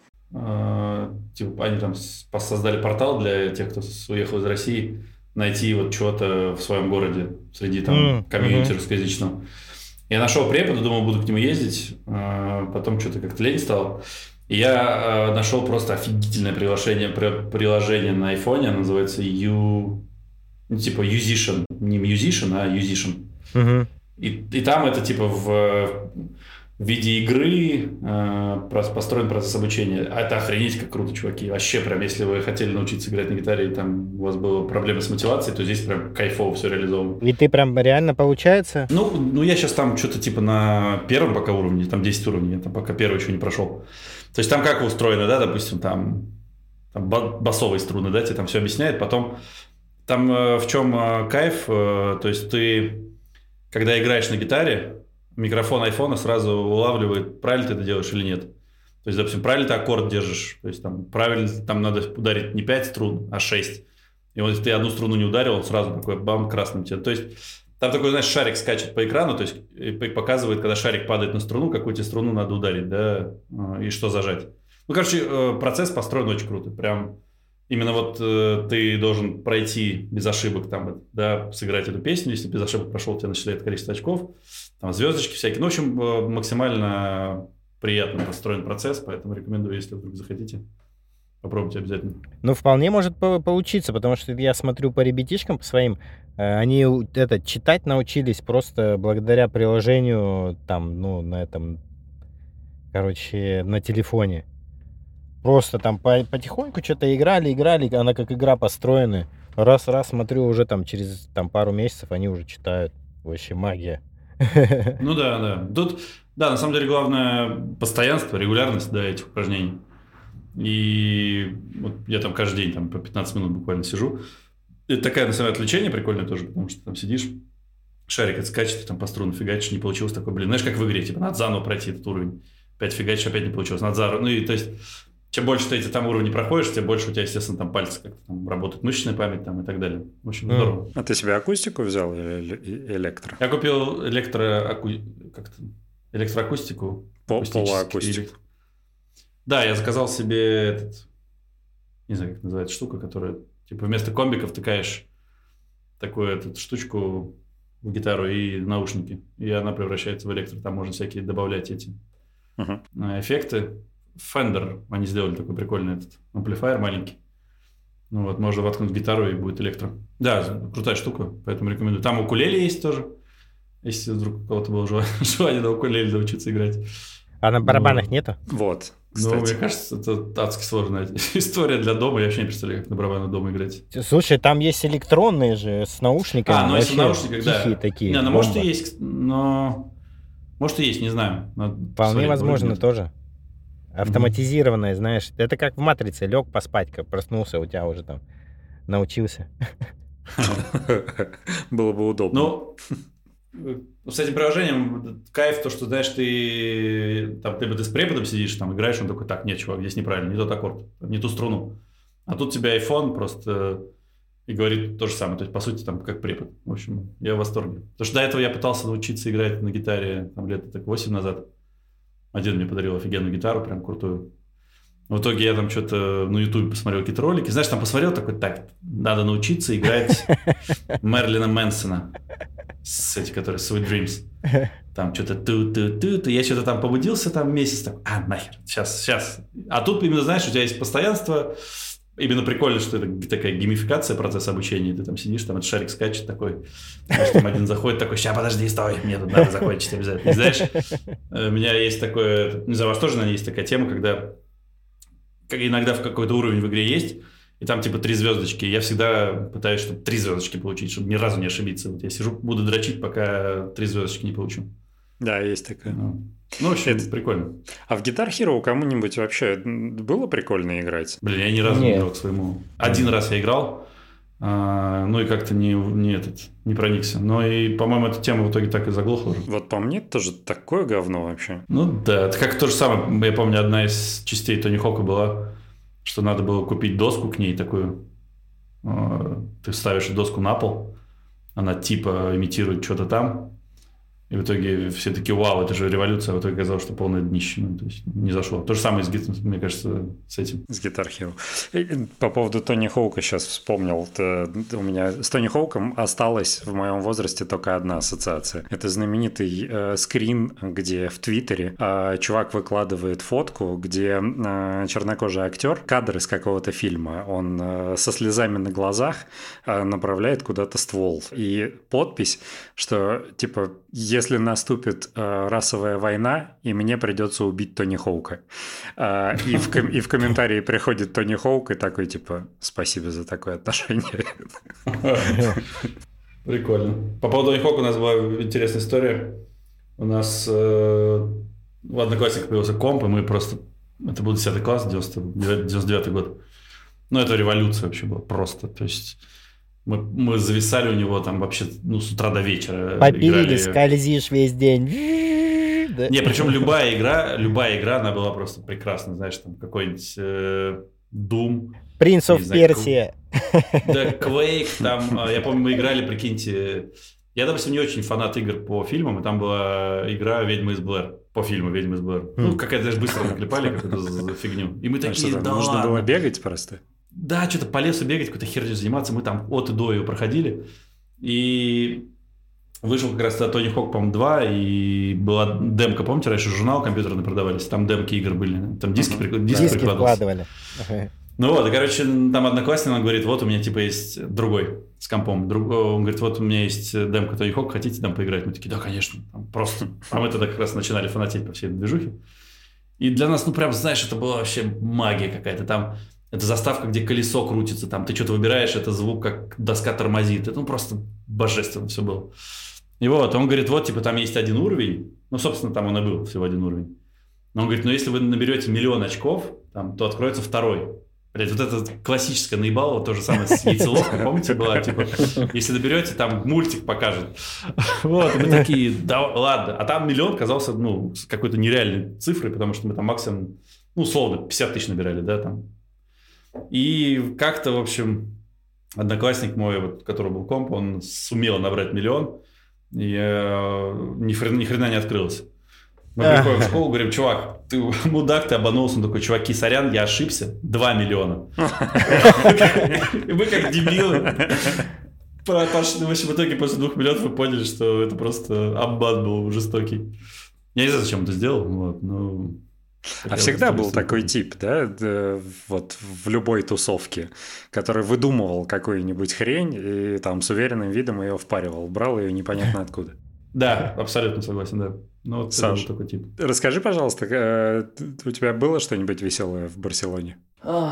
Э, типа они там создали портал для тех, кто уехал из России, найти вот что-то в своем городе среди там mm, комьюнити mm-hmm. русскоязычного. Я нашел препода, думал, буду к нему ездить, потом что-то как-то лень стало. И я нашел просто офигительное приложение, приложение на айфоне, называется U, ну, типа Musician, не Musician, а Musician. Mm-hmm. И, и там это типа в, в виде игры э, построен процесс обучения. А это охренеть как круто, чуваки. Вообще прям, если вы хотели научиться играть на гитаре, и там у вас была проблема с мотивацией, то здесь прям кайфово все реализовано. И ты прям реально получается? Ну, ну я сейчас там что-то типа на первом пока уровне, там десять уровней, я там пока первый еще не прошел. То есть там как устроено, да, допустим, там, там басовые струны, да, тебе там все объясняет. Потом там э, в чем э, кайф, э, то есть ты, когда играешь на гитаре, микрофон айфона сразу улавливает, правильно ты это делаешь или нет. То есть, допустим, правильно ты аккорд держишь. То есть, там правильно там надо ударить не пять струн, а шесть. И вот если ты одну струну не ударил, он сразу такой бам, красным тебе. То есть, там такой, знаешь, шарик скачет по экрану, то есть, и показывает, когда шарик падает на струну, какую тебе струну надо ударить, да, и что зажать. Ну, короче, процесс построен очень круто. Прям именно вот ты должен пройти без ошибок, там, да, сыграть эту песню. Если без ошибок прошел, тебе начисляет количество очков. Там звездочки всякие. Ну, в общем, максимально приятно построен процесс, поэтому рекомендую, если вдруг захотите, попробуйте обязательно. Ну, вполне может получиться, потому что я смотрю по ребятишкам, по своим, они это, читать научились просто благодаря приложению, там, ну, на этом, короче, на телефоне. Просто там потихоньку что-то играли, играли, она как игра построена. Раз-раз смотрю, уже там через там, пару месяцев они уже читают. Вообще магия. Ну да, да. Тут, да, на самом деле главное постоянство, регулярность, да, этих упражнений. И вот я там каждый день там, по пятнадцать минут буквально сижу. Это такая, на самом деле, отвлечение прикольное тоже, потому что там сидишь, шарик отскачет, там по струнам фигачишь, не получилось такой, блин, знаешь, как в игре, типа, надо заново пройти этот уровень. Опять фигачишь, опять не получилось, надо заново. Ну и то есть, чем больше ты эти там уровни проходишь, тем больше у тебя, естественно, там пальцы как-то там работают, мышечная память там и так далее. В общем, здорово. Mm. А ты себе акустику взял или электро? Я купил электро... как-то... электроакустику. Полуакустику. Да, я заказал себе этот... не знаю, как называется штука, которая... типа вместо комбика втыкаешь такую эту штучку в гитару и наушники. И она превращается в электро. Там можно всякие добавлять эти uh-huh. эффекты. Fender, они сделали такой прикольный этот амплифайер маленький. Ну вот, можно воткнуть гитару и будет электро. Да, крутая штука, поэтому рекомендую. Там укулеле есть тоже, если вдруг у кого-то было желание на укулеле научиться играть. А на барабанах ну, нету? Вот. кстати. Ну, мне кажется, это адски сложная история для дома. Я вообще не представляю, как на барабанах дома играть. Слушай, там есть электронные же с наушниками. А, ну если в вообще наушниках, да. тихие такие. Не, ну может и бомба. есть, но... Может и есть, не знаю. Надо Вполне посмотреть, возможно может, тоже. Автоматизированное, знаешь. Это как в «Матрице». Лег поспать, как проснулся, у тебя уже там научился. Было бы удобно. Ну, с этим приложением кайф то, что, знаешь, ты там, либо ты с преподом сидишь, там играешь, он такой, так, нет, чувак, здесь неправильно, не тот аккорд, не ту струну. А тут у тебя iPhone просто и говорит то же самое. То есть, по сути, там, как препод. В общем, я в восторге. Потому что до этого я пытался научиться играть на гитаре там, лет так восемь назад. Один мне подарил офигенную гитару, прям крутую. В итоге я там что-то на Ютубе посмотрел какие-то ролики. Знаешь, там посмотрел такой, так, надо научиться играть Мерлина Мэнсона. С эти, которые Sweet Dreams. Там что-то ту-ту-ту-ту. Я что-то там побудился там месяц. Так, а, нахер, сейчас, сейчас. А тут именно, знаешь, у тебя есть постоянство. Именно прикольно, что это такая геймификация процесса обучения. Ты там сидишь, там этот шарик скачет такой. Знаешь, там один заходит такой, ща, подожди, стой, мне тут надо закончить обязательно. И знаешь, у меня есть такое, не знаю, у вас тоже, наверное, есть такая тема, когда как иногда в какой-то уровень в игре есть, и там типа три звездочки. Я всегда пытаюсь, чтобы три звездочки получить, чтобы ни разу не ошибиться. Вот я сижу, буду дрочить, пока три звездочки не получу. Да, есть такое. Ну, ну вообще, Это- это прикольно. А в Guitar Hero кому-нибудь вообще было прикольно играть? Блин, я ни разу не Нет. играл к своему. Один раз я играл, а, ну и как-то не, не, этот, не проникся. Но и, по-моему, эта тема в итоге так и заглохла уже. Вот по мне это тоже такое говно вообще. Ну да, это как то же самое. Я помню, одна из частей Тони Хока была, что надо было купить доску к ней такую. А, Ты ставишь доску на пол, она типа имитирует что-то там. И в итоге все такие, вау, это же революция. А в итоге оказалось, что полное днище. Ну, то есть не зашло. То же самое, с, гит- мне кажется, с этим. С Guitar Hero. И По поводу Тони Хоука сейчас вспомнил. Это у меня с Тони Хоуком осталась в моем возрасте только одна ассоциация. Это знаменитый э, скрин, где в Твиттере э, чувак выкладывает фотку, где э, чернокожий актер, кадр из какого-то фильма, он э, со слезами на глазах э, направляет куда-то ствол. И подпись, что типа если наступит э, расовая война, и мне придется убить Тони Хоука. Э, и, в ком- и в комментарии приходит Тони Хоук и такой, типа, спасибо за такое отношение. Прикольно. По поводу Тони Хока у нас была интересная история. У нас э, у одноклассника появился комп, и мы просто... Это был десятый класс, девяносто девятый год. Ну, это революция вообще была просто. То есть... Мы, мы зависали у него там вообще ну, с утра до вечера. Попили, играли. скользишь весь день. Да. Не, причем любая игра, любая игра, она была просто прекрасна. Знаешь, там какой-нибудь э, Doom. Принц Не оф знаю, Персия. Да, Quake, там, э, я помню, мы играли, прикиньте... Я, допустим, не очень фанат игр по фильмам, и там была игра «Ведьма из Блэр». По фильму «Ведьма из Блэр». Ну, какая-то, знаешь, быстро наклепали какую-то за, за фигню. И мы А такие, что там, да нужно ладно. было бегать просто? Да, что-то по лесу бегать, какой-то херню заниматься. Мы там от и до ее проходили. И вышел как раз тогда Тони Хок, по-моему, два, и была демка. Помните, раньше журнал компьютерный продавались, там демки игр были. Там диски, Мгм. прик- диски Диски прикладывался. вкладывали. Ага. Ну вот, и, короче, там одноклассник, он говорит, вот у меня, типа, есть другой с компом. Друг- Он говорит, вот у меня есть демка Тони Хок, хотите там поиграть? Мы такие, да, конечно, там просто. А мы тогда как раз начинали фанатеть по всей этой движухе. И для нас, ну, прям, знаешь, это была вообще магия какая-то. Там это заставка, где колесо крутится, там ты что-то выбираешь, это звук, как доска тормозит. Это ну, просто божественно все было. И вот, он говорит, вот, типа, там есть один уровень. Ну, собственно, там он и был, всего один уровень. Но он говорит, ну, если вы наберете миллион очков, там, то откроется второй. Блять, вот это классическое наебалово, то же самое с яйцеловкой, помните, была, типа, если наберете, там мультик покажет. Вот, и мы такие, да ладно. А там миллион казался, ну, с какой-то нереальной цифрой, потому что мы там максимум, ну, условно, пятьдесят тысяч набирали, да, там. И как-то, в общем, одноклассник мой, вот, который был комп, он сумел набрать миллион, и э, ни, хрена, ни хрена не открылся. Мы приходим в школу, говорим, чувак, ты мудак, ты обманулся. Он такой, чуваки, сорян, я ошибся. Два миллиона. И мы как дебилы. Пошли, в общем, в итоге после двух миллионов мы поняли, что это просто обман был жестокий. Я не знаю, зачем это сделал. Вот, но... А всегда был такой тип, да, да, вот в любой тусовке, который выдумывал какую-нибудь хрень и там с уверенным видом ее впаривал, брал ее непонятно откуда. Да, абсолютно согласен, да. Ну, вот Саш, такой тип. Расскажи, пожалуйста, э, у тебя было что-нибудь веселое в Барселоне? Ой.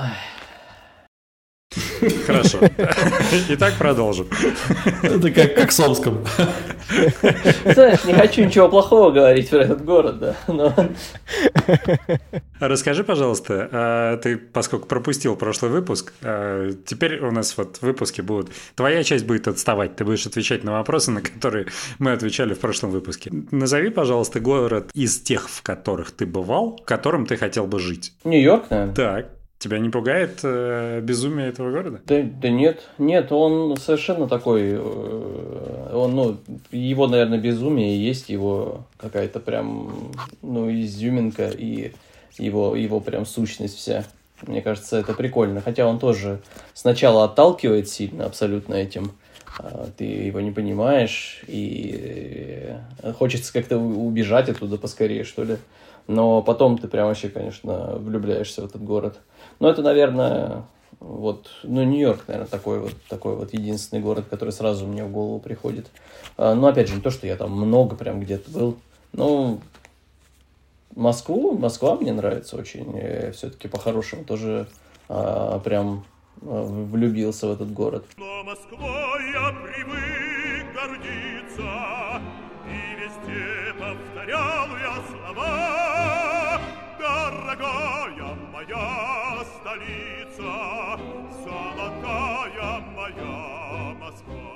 Хорошо. Итак, продолжим. Это как, как в Сомском. Знаешь, не хочу ничего плохого говорить про этот город, да. Но... Расскажи, пожалуйста, ты, поскольку пропустил прошлый выпуск, теперь у нас вот выпуски будут... Твоя часть будет отставать, ты будешь отвечать на вопросы, на которые мы отвечали в прошлом выпуске. Назови, пожалуйста, город из тех, в которых ты бывал, в котором ты хотел бы жить. Нью-Йорк, наверное. Так. Тебя не пугает э, безумие этого города? Да, да нет, нет, он совершенно такой, э, он, ну, его, наверное, безумие и есть его какая-то прям, ну, изюминка и его, его прям сущность вся. Мне кажется, это прикольно, хотя он тоже сначала отталкивает сильно абсолютно этим, ты его не понимаешь, и хочется как-то убежать оттуда поскорее, что ли. Но потом ты прям вообще, конечно, влюбляешься в этот город. Но это, наверное, вот, ну, Нью-Йорк, наверное, такой вот, такой вот единственный город, который сразу мне в голову приходит. Но, опять же, не то, что я там много прям где-то был. Ну, Москву, Москва мне нравится очень. Я все-таки по-хорошему тоже а, прям а, влюбился в этот город. Но Москвой я привык гордиться, и везде повторял я слова. Дорогая моя столица, золотая моя Москва.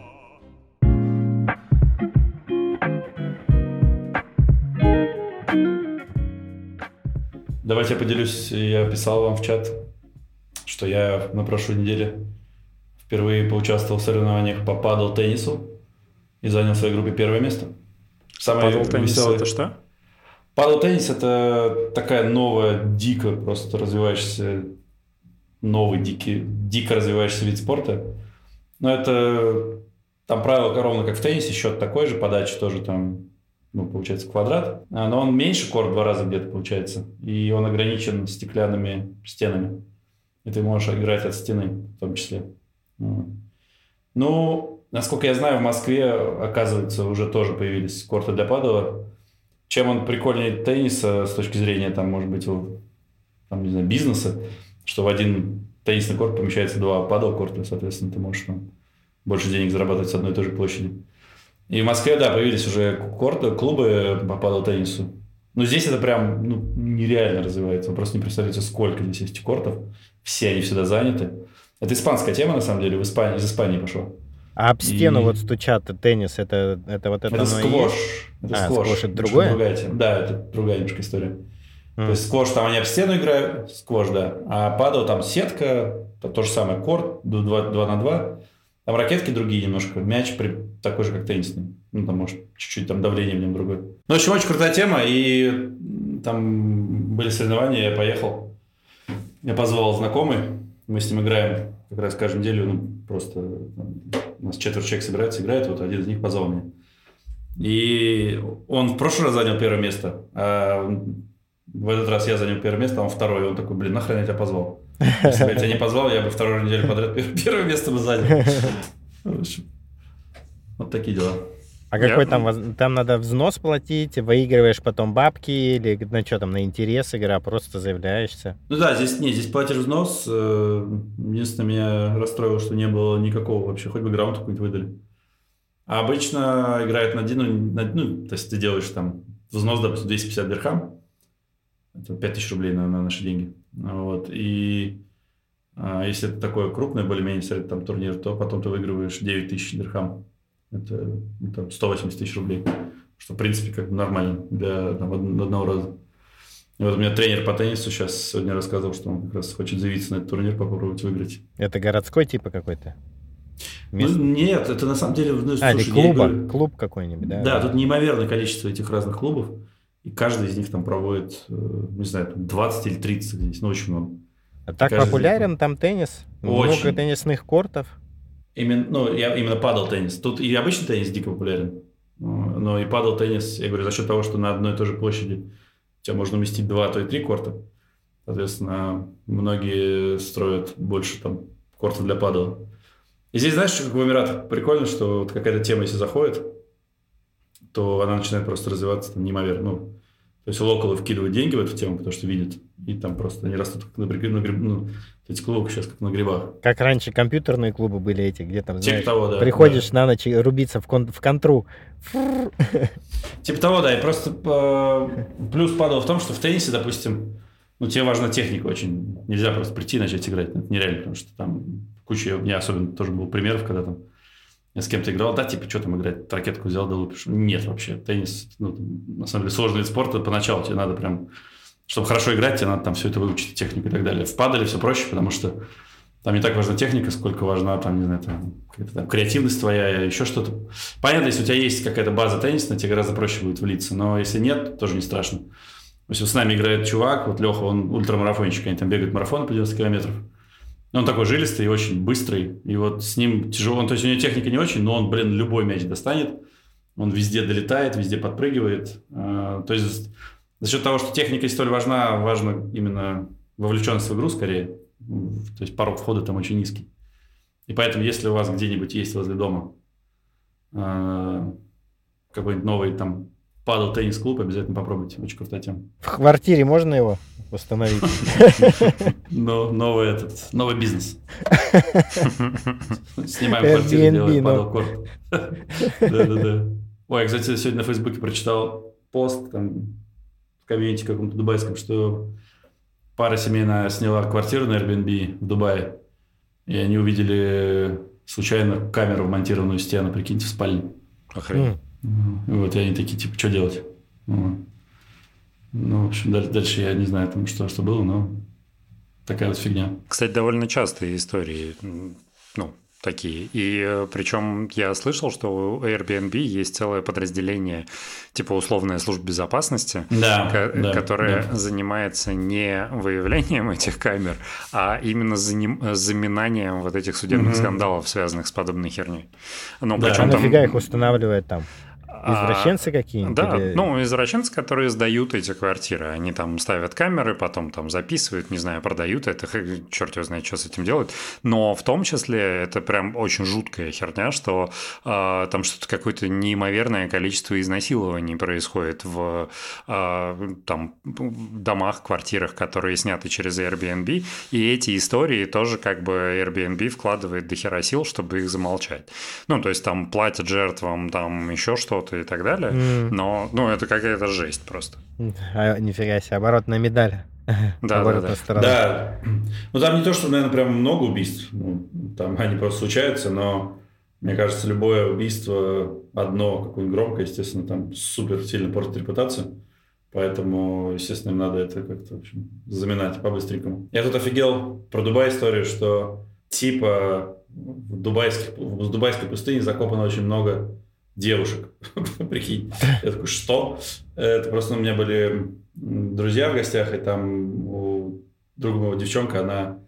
Давайте я поделюсь, я писал вам в чат, что я на прошлой неделе впервые поучаствовал в соревнованиях по падл-теннису и занял в своей группе первое место. Падл-теннис веселый... это что? Падл-теннис – это такая новая, дико просто развивающаяся, новый, дикий, дико развивающийся вид спорта. Но это, там правило ровно как в теннисе, счет такой же, подача тоже там, ну, получается, квадрат. Но он меньше корт в два раза где-то получается. И он ограничен стеклянными стенами. И ты можешь играть от стены в том числе. Ну, насколько я знаю, в Москве, оказывается, уже тоже появились корты для падала. Чем он прикольнее тенниса с точки зрения, там, может быть, там, не знаю, бизнеса, что в один теннисный корт помещается два падл-корта, соответственно, ты можешь там больше денег зарабатывать с одной и той же площади. И в Москве, да, появились уже корты, клубы по падл-теннису. Но здесь это прям, ну, нереально развивается. Вы просто не представляете, сколько здесь есть кортов. Все они всегда заняты. Это испанская тема, на самом деле, в Испании, из Испании пошла. А об стену и... вот стучат теннис, это, это вот это, это сквош. Это а, сквош. сквош это другое? Другая тема. Да, это другая немножко история. Mm. То есть сквош, там они об стену играют, сквош, да. А падал там сетка, то, то же самое, корт, два на два. Там ракетки другие немножко, мяч при... такой же, как теннисный. Ну, там, может, чуть-чуть там давление в нем другое. Ну, в общем, очень крутая тема, и там были соревнования, я поехал. Я позвал знакомый, мы с ним играем как раз каждую неделю, ну, просто там, у нас четверть человек собирается, играет, вот один из них позвал меня. И он в прошлый раз занял первое место, а в этот раз я занял первое место, а он второй. И он такой, блин, нахрен я тебя позвал? Если бы я тебя не позвал, я бы вторую неделю подряд первое место бы занял. Вот такие дела. А какой там, там надо взнос платить, выигрываешь потом бабки или на что там, на интерес игра, просто заявляешься? Ну да, здесь не, здесь платишь взнос. Единственное, меня расстроило, что не было никакого вообще, хоть бы граунд какой-нибудь выдали. А обычно играют на один, на, ну, то есть ты делаешь там взнос, допустим, двести пятьдесят дирхам, это пять тысяч рублей на, на наши деньги. Вот, и а, если это такой крупный, более-менее там турнир, то потом ты выигрываешь девять тысяч дирхам. Это, это сто восемьдесят тысяч рублей, что, в принципе, как бы нормально для там, одного раза. И вот у меня тренер по теннису сейчас сегодня рассказывал, что он как раз хочет заявиться на этот турнир, попробовать выиграть. Это городской типа какой-то? Ну, нет, это на самом деле... Ну, а, слушай, или клуба, говорю, клуб какой-нибудь, да? Да, тут неимоверное количество этих разных клубов, и каждый из них там проводит, не знаю, двадцать или тридцать здесь, ну, очень много. А так популярен там теннис? Очень. Много теннисных кортов? Именно, ну, я именно падал-теннис. Тут и обычный теннис дико популярен, но и падал-теннис, я говорю, за счет того, что на одной и той же площади у тебя можно уместить два, а то и три корта. Соответственно, многие строят больше там кортов для падала. И здесь, знаешь, как в Эмиратах прикольно, что вот какая-то тема, если заходит, то она начинает просто развиваться там, неимоверно. Ну, то есть локалы вкидывают деньги в эту тему, потому что видят, и там просто они растут как на грибах. Ну, эти клубы сейчас как на грибах. Как раньше компьютерные клубы были эти, где там, типа знаешь, того, да, приходишь да. на ночь рубиться в, кон- в контру. Типа того, да. И просто э, плюс падал в том, что в теннисе, допустим, ну, тебе важна техника очень. Нельзя просто прийти и начать играть. Это нереально, потому что там куча... У меня особенно тоже был примеров, когда там я с кем-то играл, да, типа, что там играть, ракетку взял, да лупишь. Нет вообще, теннис, ну, на самом деле, сложный вид спорта, поначалу тебе надо прям, чтобы хорошо играть, тебе надо там все это выучить, технику и так далее. В падале все проще, потому что там не так важна техника, сколько важна, там, не знаю, там, какая-то там креативность твоя, еще что-то. Понятно, если у тебя есть какая-то база теннисная, тебе гораздо проще будет влиться, но если нет, тоже не страшно. То есть вот с нами играет чувак, вот Леха, он ультрамарафончик, они там бегают марафоны по девяносто километров. Он такой жилистый и очень быстрый. И вот с ним тяжело. Он, то есть у него техника не очень, но он, блин, любой мяч достанет. Он везде долетает, везде подпрыгивает. А, то есть за счет того, что техника столь важна, важна именно вовлеченность в игру скорее. То есть порог входа там очень низкий. И поэтому, если у вас где-нибудь есть возле дома а, какой-нибудь новый там падал теннис-клуб, обязательно попробуйте. Очень крутая тема. В квартире можно его установить? Но новый этот, новый бизнес. Снимаем квартиру, делаем падал корт. Да-да-да. Ой, я, кстати, сегодня на Фейсбуке прочитал пост там в комьюнити каком-то дубайском, что пара семейная сняла квартиру на Airbnb в Дубае, и они увидели случайно камеру, вмонтированную в стену, прикиньте, в спальне. Охренеть. Вот, и они такие, типа, что делать? Ну, в общем, дальше я не знаю, там, что, что было, но такая вот фигня. Кстати, довольно частые истории, ну, такие. И причем я слышал, что у Airbnb есть целое подразделение, типа условная служба безопасности, да, ко- да, которая да. занимается не выявлением этих камер, а именно заним- заминанием вот этих судебных mm-hmm. скандалов, связанных с подобной херней. Но да. причем а там... нафига их устанавливает там? Извращенцы какие-нибудь? Да, или... ну, извращенцы, которые сдают эти квартиры. Они там ставят камеры, потом там записывают, не знаю, продают это, черт его знает, что с этим делают. Но в том числе это прям очень жуткая херня, что э, там что-то какое-то неимоверное количество изнасилований происходит в э, там, домах, квартирах, которые сняты через Airbnb. И эти истории тоже как бы Airbnb вкладывает дохера сил, чтобы их замолчать. Ну, то есть там платят жертвам, там еще что-то и так далее, mm. но ну, это какая-то жесть просто. А, нифига себе, оборотная медаль. Да, да, да. Сторона. Да. Ну, там не то, что, наверное, прям много убийств. Ну, там они просто случаются, но мне кажется, любое убийство одно, какое-нибудь громкое, естественно, там супер сильно портит репутацию. Поэтому, естественно, им надо это как-то, в общем, заминать по-быстренькому. Я тут офигел про Дубай историю, что типа в, дубайских, в дубайской пустыне закопано очень много девушек. Прикинь. Я такой, что? Это просто у меня были друзья в гостях, и там у друга моего девчонка, она...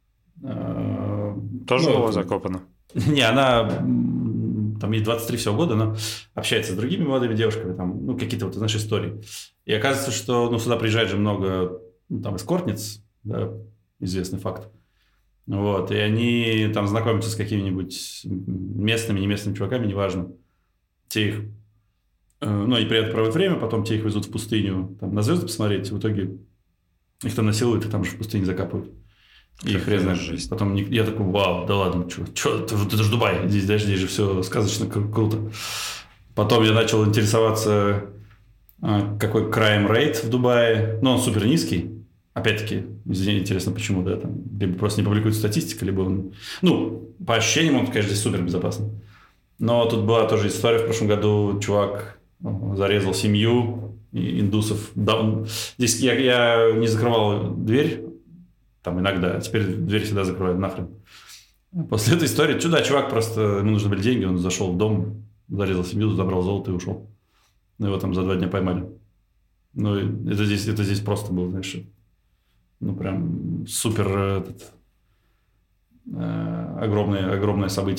Э, Тоже ну, была это, закопана? Не, она... Там ей двадцать три всего года, но общается с другими молодыми девушками, там, ну, какие-то вот, знаешь, истории. И оказывается, что, ну, сюда приезжает же много, ну, там, эскортниц, да, известный факт. Вот, и они там знакомятся с какими-нибудь местными, неместными чуваками, неважно. Те их, ну, и при этом проводят время, потом те их везут в пустыню там, на звезды посмотреть, в итоге их там насилуют и там же в пустыне закапывают. И хрен знает. Потом я такой, вау, да ладно, что, что это, это же Дубай, здесь, да, здесь же все сказочно кру- круто. Потом я начал интересоваться, какой crime rate в Дубае, ну, он супер низкий. Опять-таки, интересно, почему, да, там, либо просто не публикует статистика, либо он, ну, по ощущениям, он, конечно, здесь супер безопасно. Но тут была тоже история. В прошлом году чувак зарезал семью индусов. Здесь я, я не закрывал дверь, там иногда, а теперь дверь всегда закрывают нахрен. После этой истории, чудо, чувак просто, ему нужны были деньги, он зашел в дом, зарезал семью, забрал золото и ушел. Его там за два дня поймали. Ну, это здесь, это здесь просто было, знаешь, ну, прям супер этот, э, огромное, огромное событие.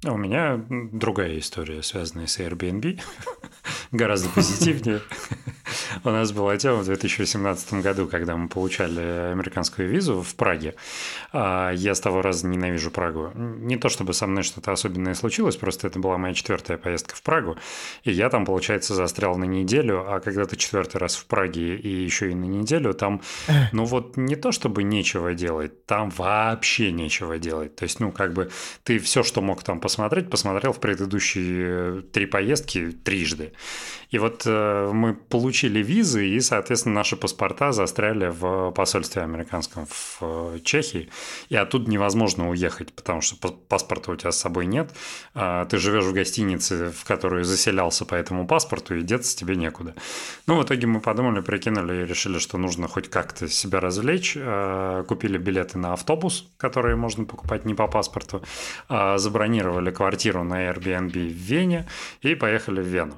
У меня другая история, связанная с Airbnb, гораздо позитивнее. У нас была тема в две тысячи восемнадцатом году, когда мы получали американскую визу в Праге. Я с того раза ненавижу Прагу. Не то чтобы со мной что-то особенное случилось, просто это была моя четвертая поездка в Прагу, и я там, получается, застрял на неделю, а когда ты четвертый раз в Праге и еще и на неделю, там, ну вот не то чтобы нечего делать, там вообще нечего делать. То есть, ну как бы ты все, что мог там посмотреть, посмотрел в предыдущие три поездки трижды. И вот э, мы получили визы, и, соответственно, наши паспорта застряли в посольстве американском в э, Чехии, и оттуда невозможно уехать, потому что паспорта у тебя с собой нет, э, ты живешь в гостинице, в которую заселялся по этому паспорту, и деться тебе некуда. Ну, в итоге мы подумали, прикинули и решили, что нужно хоть как-то себя развлечь, э, купили билеты на автобус, которые можно покупать не по паспорту, э, забронировали квартиру на Airbnb в Вене и поехали в Вену.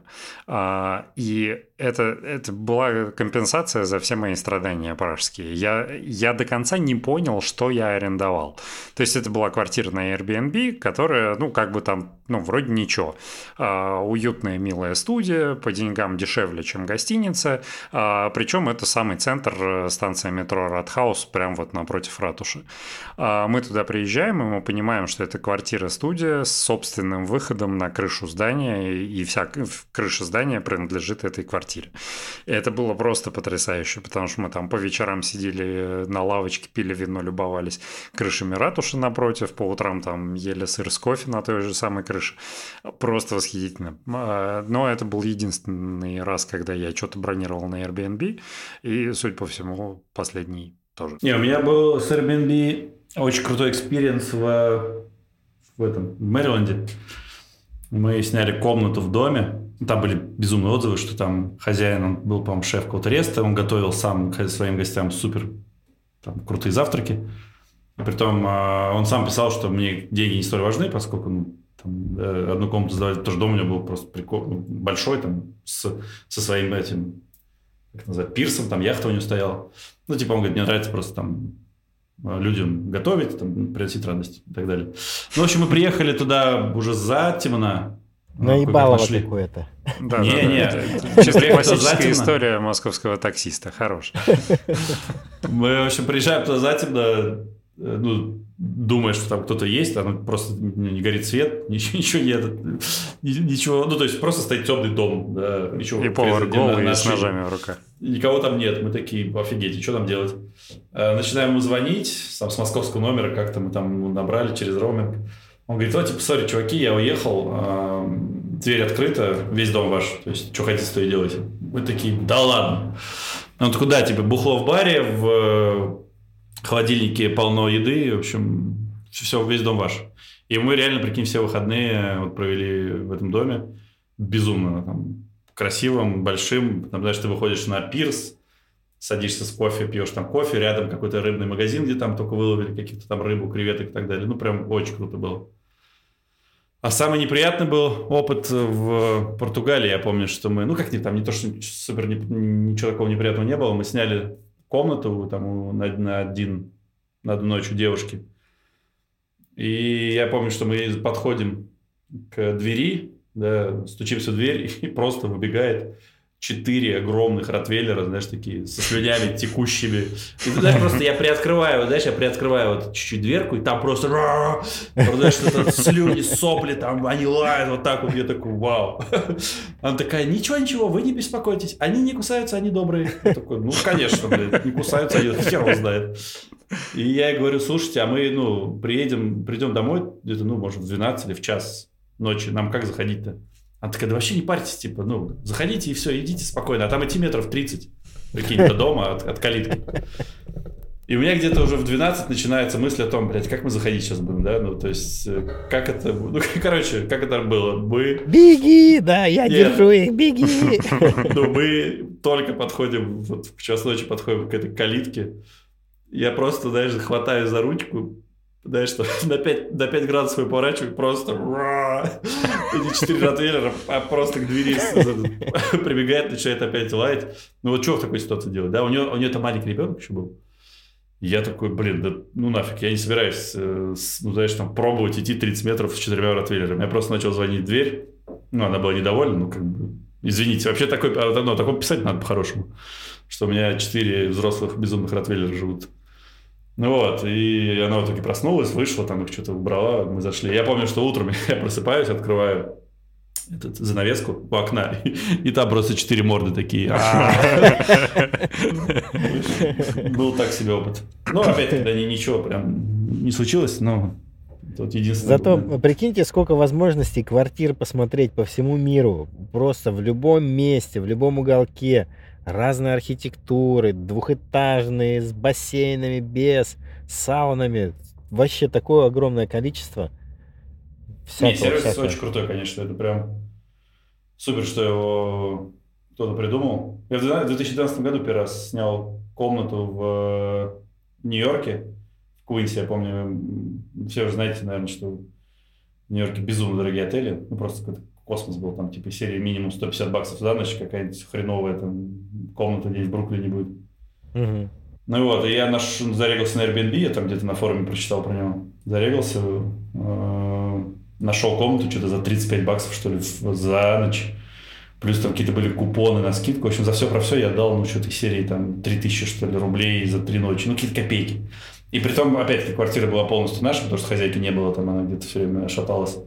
И это, это была компенсация за все мои страдания пражские. Я, я до конца не понял, что я арендовал. То есть это была квартира на Airbnb, которая, ну, как бы там, ну, вроде ничего. А, уютная, милая студия, по деньгам дешевле, чем гостиница. А, причем это самый центр, станция метро Ратхаус, прям вот напротив ратуши. А, мы туда приезжаем, и мы понимаем, что это квартира-студия с собственным выходом на крышу здания, и вся крыша здания принадлежит этой квартире. И это было просто потрясающе, потому что мы там по вечерам сидели на лавочке, пили вино, любовались крышами ратуши напротив, по утрам там ели сыр с кофе на той же самой крыше. Просто восхитительно. Но это был единственный раз, когда я что-то бронировал на Airbnb, и, судя по всему, последний тоже. Не, у меня был с Airbnb очень крутой экспириенс в, в этом, в Мэриленде. Мы сняли комнату в доме. Там были безумные отзывы, что там хозяин, он был, по-моему, шеф какого-то реста, он готовил сам своим гостям супер там, крутые завтраки. Притом он сам писал, что мне деньги не столь важны, поскольку ну, там, одну комнату сдавали, потому что дом у него был просто прикольный, большой, там, с, со своим этим, как называется, пирсом, там яхта у него стояла. Ну, типа, он говорит, мне нравится просто там людям готовить, там, приносить радость и так далее. Ну, в общем, мы приехали туда уже затемно. Наебалово какое-то. Да, не, да, не, да. Чисто классическая история московского таксиста. Хорош. Мы, в общем, приезжаем туда затемно, ну, думая, что там кто-то есть, а ну, просто не горит свет, ничего, ничего нет. Ничего, ну, то есть просто стоит темный дом. Да, ничего, и повар голый с ножами в руках. Никого там нет. Мы такие, офигеть, что там делать? Начинаем ему звонить, там, с московского номера, как-то мы там набрали через роуминг. Он говорит, о, типа, сори, чуваки, я уехал, э, дверь открыта, весь дом ваш, то есть, что хотите, то и делайте. Мы такие, да ладно. Он такой, да, типа, бухло в баре, в холодильнике полно еды, в общем, все, весь дом ваш. И мы реально, прикинь, все выходные вот провели в этом доме, безумно там, красивым, большим, там, знаешь, ты выходишь на пирс, садишься с кофе, пьешь там кофе, рядом какой-то рыбный магазин, где там только выловили каких-то там рыбу, креветок и так далее. Ну, прям очень круто было. А самый неприятный был опыт в Португалии. Я помню, что мы, ну, как-нибудь там не то, что супер, ничего такого неприятного не было. Мы сняли комнату там на, на, один, на одну ночь у девушки. И я помню, что мы подходим к двери, да, стучимся в дверь, и просто выбегает четыре огромных ротвейлера, знаешь, такие, со слюнями текущими. И ты знаешь, просто я приоткрываю, знаешь, я приоткрываю вот чуть-чуть дверку, и там просто, знаешь, что-то слюни, сопли, там, они лают вот так вот. Я такой, вау. Она такая, ничего-ничего, вы не беспокойтесь, они не кусаются, они добрые. Я такой, ну, конечно, блядь, не кусаются, они хер его знает. И я ей говорю, слушайте, а мы, ну, приедем, придем домой, где-то, ну, может, в двенадцать или в час ночи, нам как заходить-то? Она такая, да вообще не парьтесь, типа, ну, заходите и все, идите спокойно. А там идти метров тридцать, прикинь, до дома от, от калитки. И у меня где-то уже в двенадцать начинается мысль о том, блядь, как мы заходить сейчас будем, да? Ну, то есть, как это... Ну, короче, как это было? Мы... Беги, да, я Нет. держу их, беги. Ну, мы только подходим, вот в час ночи подходим к этой калитке. Я просто, знаешь, хватаю за ручку, знаешь, что на пять, на пять градусов поворачиваю, просто эти четыре ротвейлера просто к двери прибегает, начинает опять лаять. Ну вот что в такой ситуации делать, да? У нее, у нее там маленький ребенок еще был. Я такой, блин, да ну нафиг, я не собираюсь, э, с, ну, знаешь, там, пробовать идти тридцать метров с четырьмя ротвейлерами. Я просто начал звонить в дверь, ну, она была недовольна, ну, как бы, извините, вообще такой, ну, такое писать надо по-хорошему, что у меня четыре взрослых безумных ротвейлера живут. Ну вот, и она в итоге проснулась, вышла, там их что-то убрала, мы зашли. Я помню, что утром я просыпаюсь, открываю этот, занавеску у окна, и, и там просто четыре морды такие. Был так себе опыт. Ну, опять-таки, да, ничего прям не случилось, но тут единственное... Зато прикиньте, сколько возможностей квартир посмотреть по всему миру. Просто в любом месте, в любом уголке. Разные архитектуры, двухэтажные, с бассейнами, без, с саунами. Вообще такое огромное количество. Всякого, Не, сервис всякого. Очень крутой, конечно. Это прям супер, что его кто-то придумал. Я в две тысячи двенадцатом году первый раз снял комнату в Нью-Йорке, в Куинсе, я помню. Все уже знаете, наверное, что в Нью-Йорке безумно дорогие отели. Ну, просто какой-то космос был, там, типа, серии минимум сто пятьдесят баксов за ночь, какая-нибудь хреновая там комната где-нибудь в Бруклине будет. Угу. Ну и вот, и я наш, зарегался на Airbnb, я там где-то на форуме прочитал про него. Зарегался, э- нашел комнату что-то за тридцать пять баксов, что ли, за ночь. Плюс там какие-то были купоны на скидку. В общем, за все про все я дал, ну, что-то серии там три тысячи, что ли, рублей за три ночи. Ну, какие-то копейки. И при том, опять-таки, квартира была полностью наша, потому что хозяйки не было, там она где-то все время шаталась.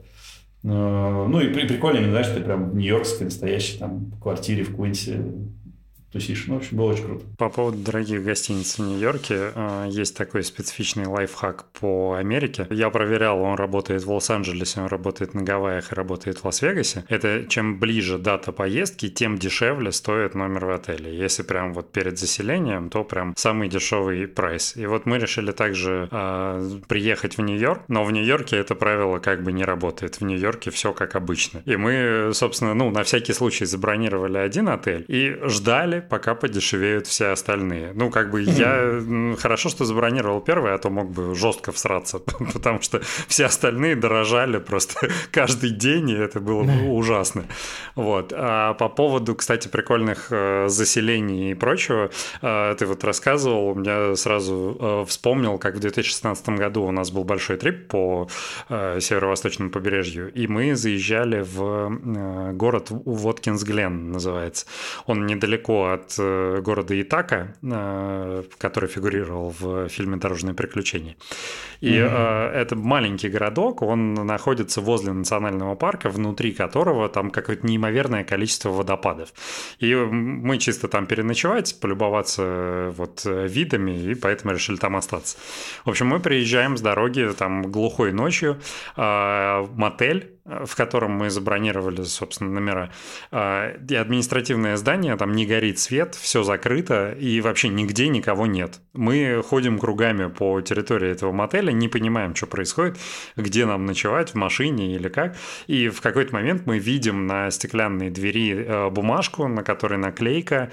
Ну, и прикольно, знаешь, ты прям в нью-йоркской, настоящей там квартире в Куинсе тусишь. Ну, в общем, было очень круто. По поводу дорогих гостиниц в Нью-Йорке, есть такой специфичный лайфхак по Америке. Я проверял, он работает в Лос-Анджелесе, он работает на Гавайях и работает в Лас-Вегасе. Это чем ближе дата поездки, тем дешевле стоит номер в отеле. Если прям вот перед заселением, то прям самый дешевый прайс. И вот мы решили также э, приехать в Нью-Йорк, но в Нью-Йорке это правило как бы не работает. В Нью-Йорке все как обычно. И мы, собственно, ну, на всякий случай забронировали один отель и ждали, пока подешевеют все остальные. Ну, как бы я... Хорошо, что забронировал первый, а то мог бы жестко всраться, потому что все остальные дорожали просто каждый день, и это было бы ужасно. Вот. А по поводу, кстати, прикольных э, заселений и прочего, э, ты вот рассказывал, у меня сразу э, вспомнил, как в две тысячи шестнадцатом году у нас был большой трип по э, северо-восточному побережью, и мы заезжали в э, город Воткинс-Глен, называется. Он недалеко от э, города Итака, э, который фигурировал в фильме «Дорожные приключения». И mm-hmm. э, это маленький городок, он находится возле национального парка, внутри которого там какое-то неимоверное количество водопадов. И мы чисто там переночевать, полюбоваться вот видами, и поэтому решили там остаться. В общем, мы приезжаем с дороги там глухой ночью э, в мотель, в котором мы забронировали, собственно, номера. И административное здание, там не горит свет, все закрыто, и вообще нигде никого нет. Мы ходим кругами по территории этого мотеля, не понимаем, что происходит, где нам ночевать, в машине или как. И в какой-то момент мы видим на стеклянной двери бумажку, на которой наклейка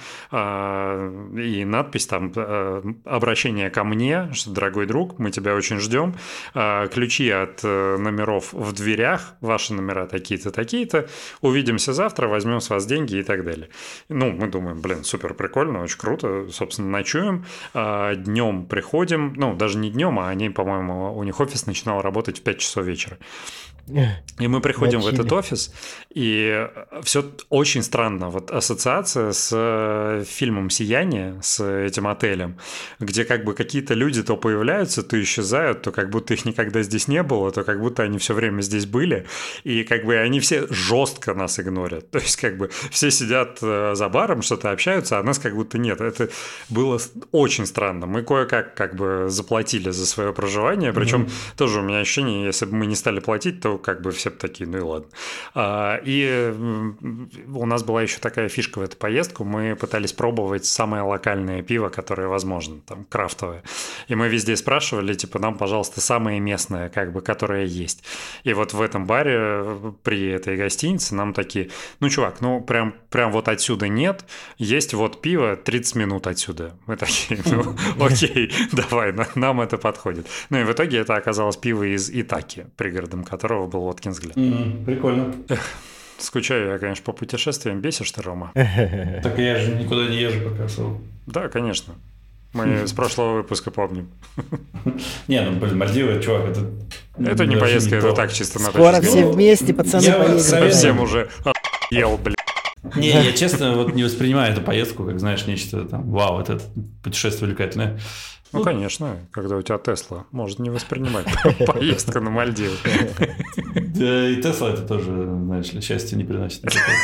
и надпись там «Обращение ко мне», что «Дорогой друг, мы тебя очень ждем, ключи от номеров в дверях, ваш номера такие-то, такие-то, увидимся завтра, возьмем с вас деньги и так далее. Ну, мы думаем, блин, супер прикольно, очень круто, собственно, ночуем, днем приходим, ну, даже не днем, а они, по-моему, у них офис начинал работать в пять часов вечера. И мы приходим Начали. в этот офис, и все очень странно. Вот ассоциация с фильмом «Сияние», с этим отелем, где как бы какие-то люди то появляются, то исчезают, то как будто их никогда здесь не было, то как будто они все время здесь были, и как бы они все жестко нас игнорят. То есть как бы все сидят за баром, что-то общаются, а нас как будто нет. Это было очень странно. Мы кое-как как бы заплатили за свое проживание, причем mm-hmm. тоже у меня ощущение, если бы мы не стали платить, то как бы все такие, ну и ладно. И у нас была еще такая фишка в эту поездку. Мы пытались пробовать самое локальное пиво, которое возможно, там, крафтовое. И мы везде спрашивали, типа, нам, пожалуйста, самое местное, как бы, которое есть. И вот в этом баре при этой гостинице нам такие, ну, чувак, ну, прям, прям вот отсюда нет, есть вот пиво тридцать минут отсюда. Мы такие, ну, окей, давай, нам это подходит. Ну, и в итоге это оказалось пиво из Итаки, пригородом которого был Воткинс-Глен. Mm, прикольно. Эх, скучаю я, конечно, по путешествиям. Бесишь ты, Рома? Так я же никуда не езжу пока особо. Да, конечно. Мы с прошлого выпуска помним. Не, ну, блин, Мальдивы, чувак, это... Это не поездка, это так чисто на Скоро точку. все вместе, пацаны, поедем. Совсем уже охуел, блин. Не, я честно вот не воспринимаю эту поездку, как, знаешь, нечто там, вау, это путешествие увлекательное. Ну, конечно, когда у тебя Тесла, может не воспринимать поездку на Мальдивы. Да и Тесла это тоже, знаешь ли, счастье не приносит.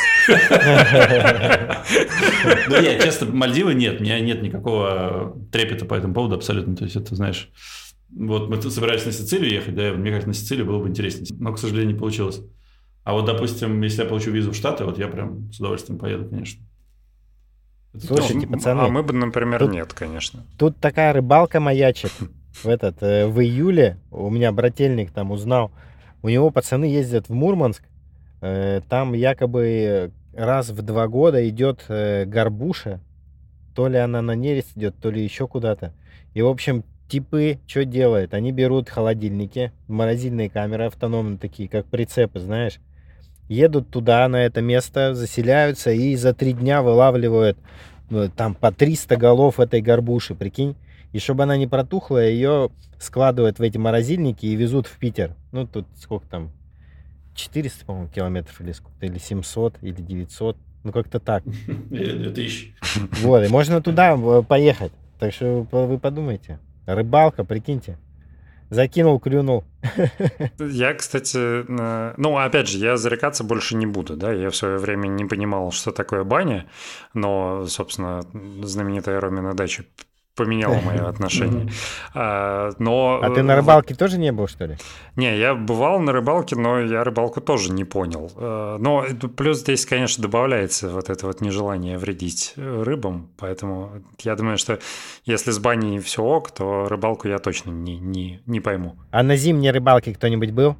Ну, я, честно, Мальдивы нет, у меня нет никакого трепета по этому поводу абсолютно. То есть это, знаешь, вот мы собирались на Сицилию ехать, да, мне кажется, на Сицилию было бы интереснее, но, к сожалению, не получилось. А вот, допустим, если я получу визу в Штаты, вот я прям с удовольствием поеду, конечно. Слушайте, ну, пацаны. А мы бы, например, тут, нет, конечно. Тут такая рыбалка маячит. В этот, э, в июле у меня брательник там узнал. У него пацаны ездят в Мурманск. Э, там якобы раз в два года идет э, горбуша. То ли она на нерест идет, то ли еще куда-то. И, в общем, типы что делают? Они берут холодильники, морозильные камеры автономные такие, как прицепы, знаешь. Едут туда, на это место, заселяются и за три дня вылавливают ну, там по триста голов этой горбуши, прикинь. И чтобы она не протухла, ее складывают в эти морозильники и везут в Питер. Ну, тут сколько там? четыреста, по-моему, километров или сколько-то, или семьсот, или девятьсот. Ну, как-то так. Или две тысячи. Вот, и можно туда поехать. Так что вы подумайте. Рыбалка, прикиньте. Закинул, клюнул. Я, кстати, ну, опять же, я зарекаться больше не буду, да, я в свое время не понимал, что такое баня, но, собственно, знаменитая Ромина дача поменяла мое отношение. А, но... а ты на рыбалке тоже не был, что ли? Не, я бывал на рыбалке, но я рыбалку тоже не понял. Но плюс здесь, конечно, добавляется вот это вот нежелание вредить рыбам, поэтому я думаю, что если с баней все ок, то рыбалку я точно не, не, не пойму. А на зимней рыбалке кто-нибудь был?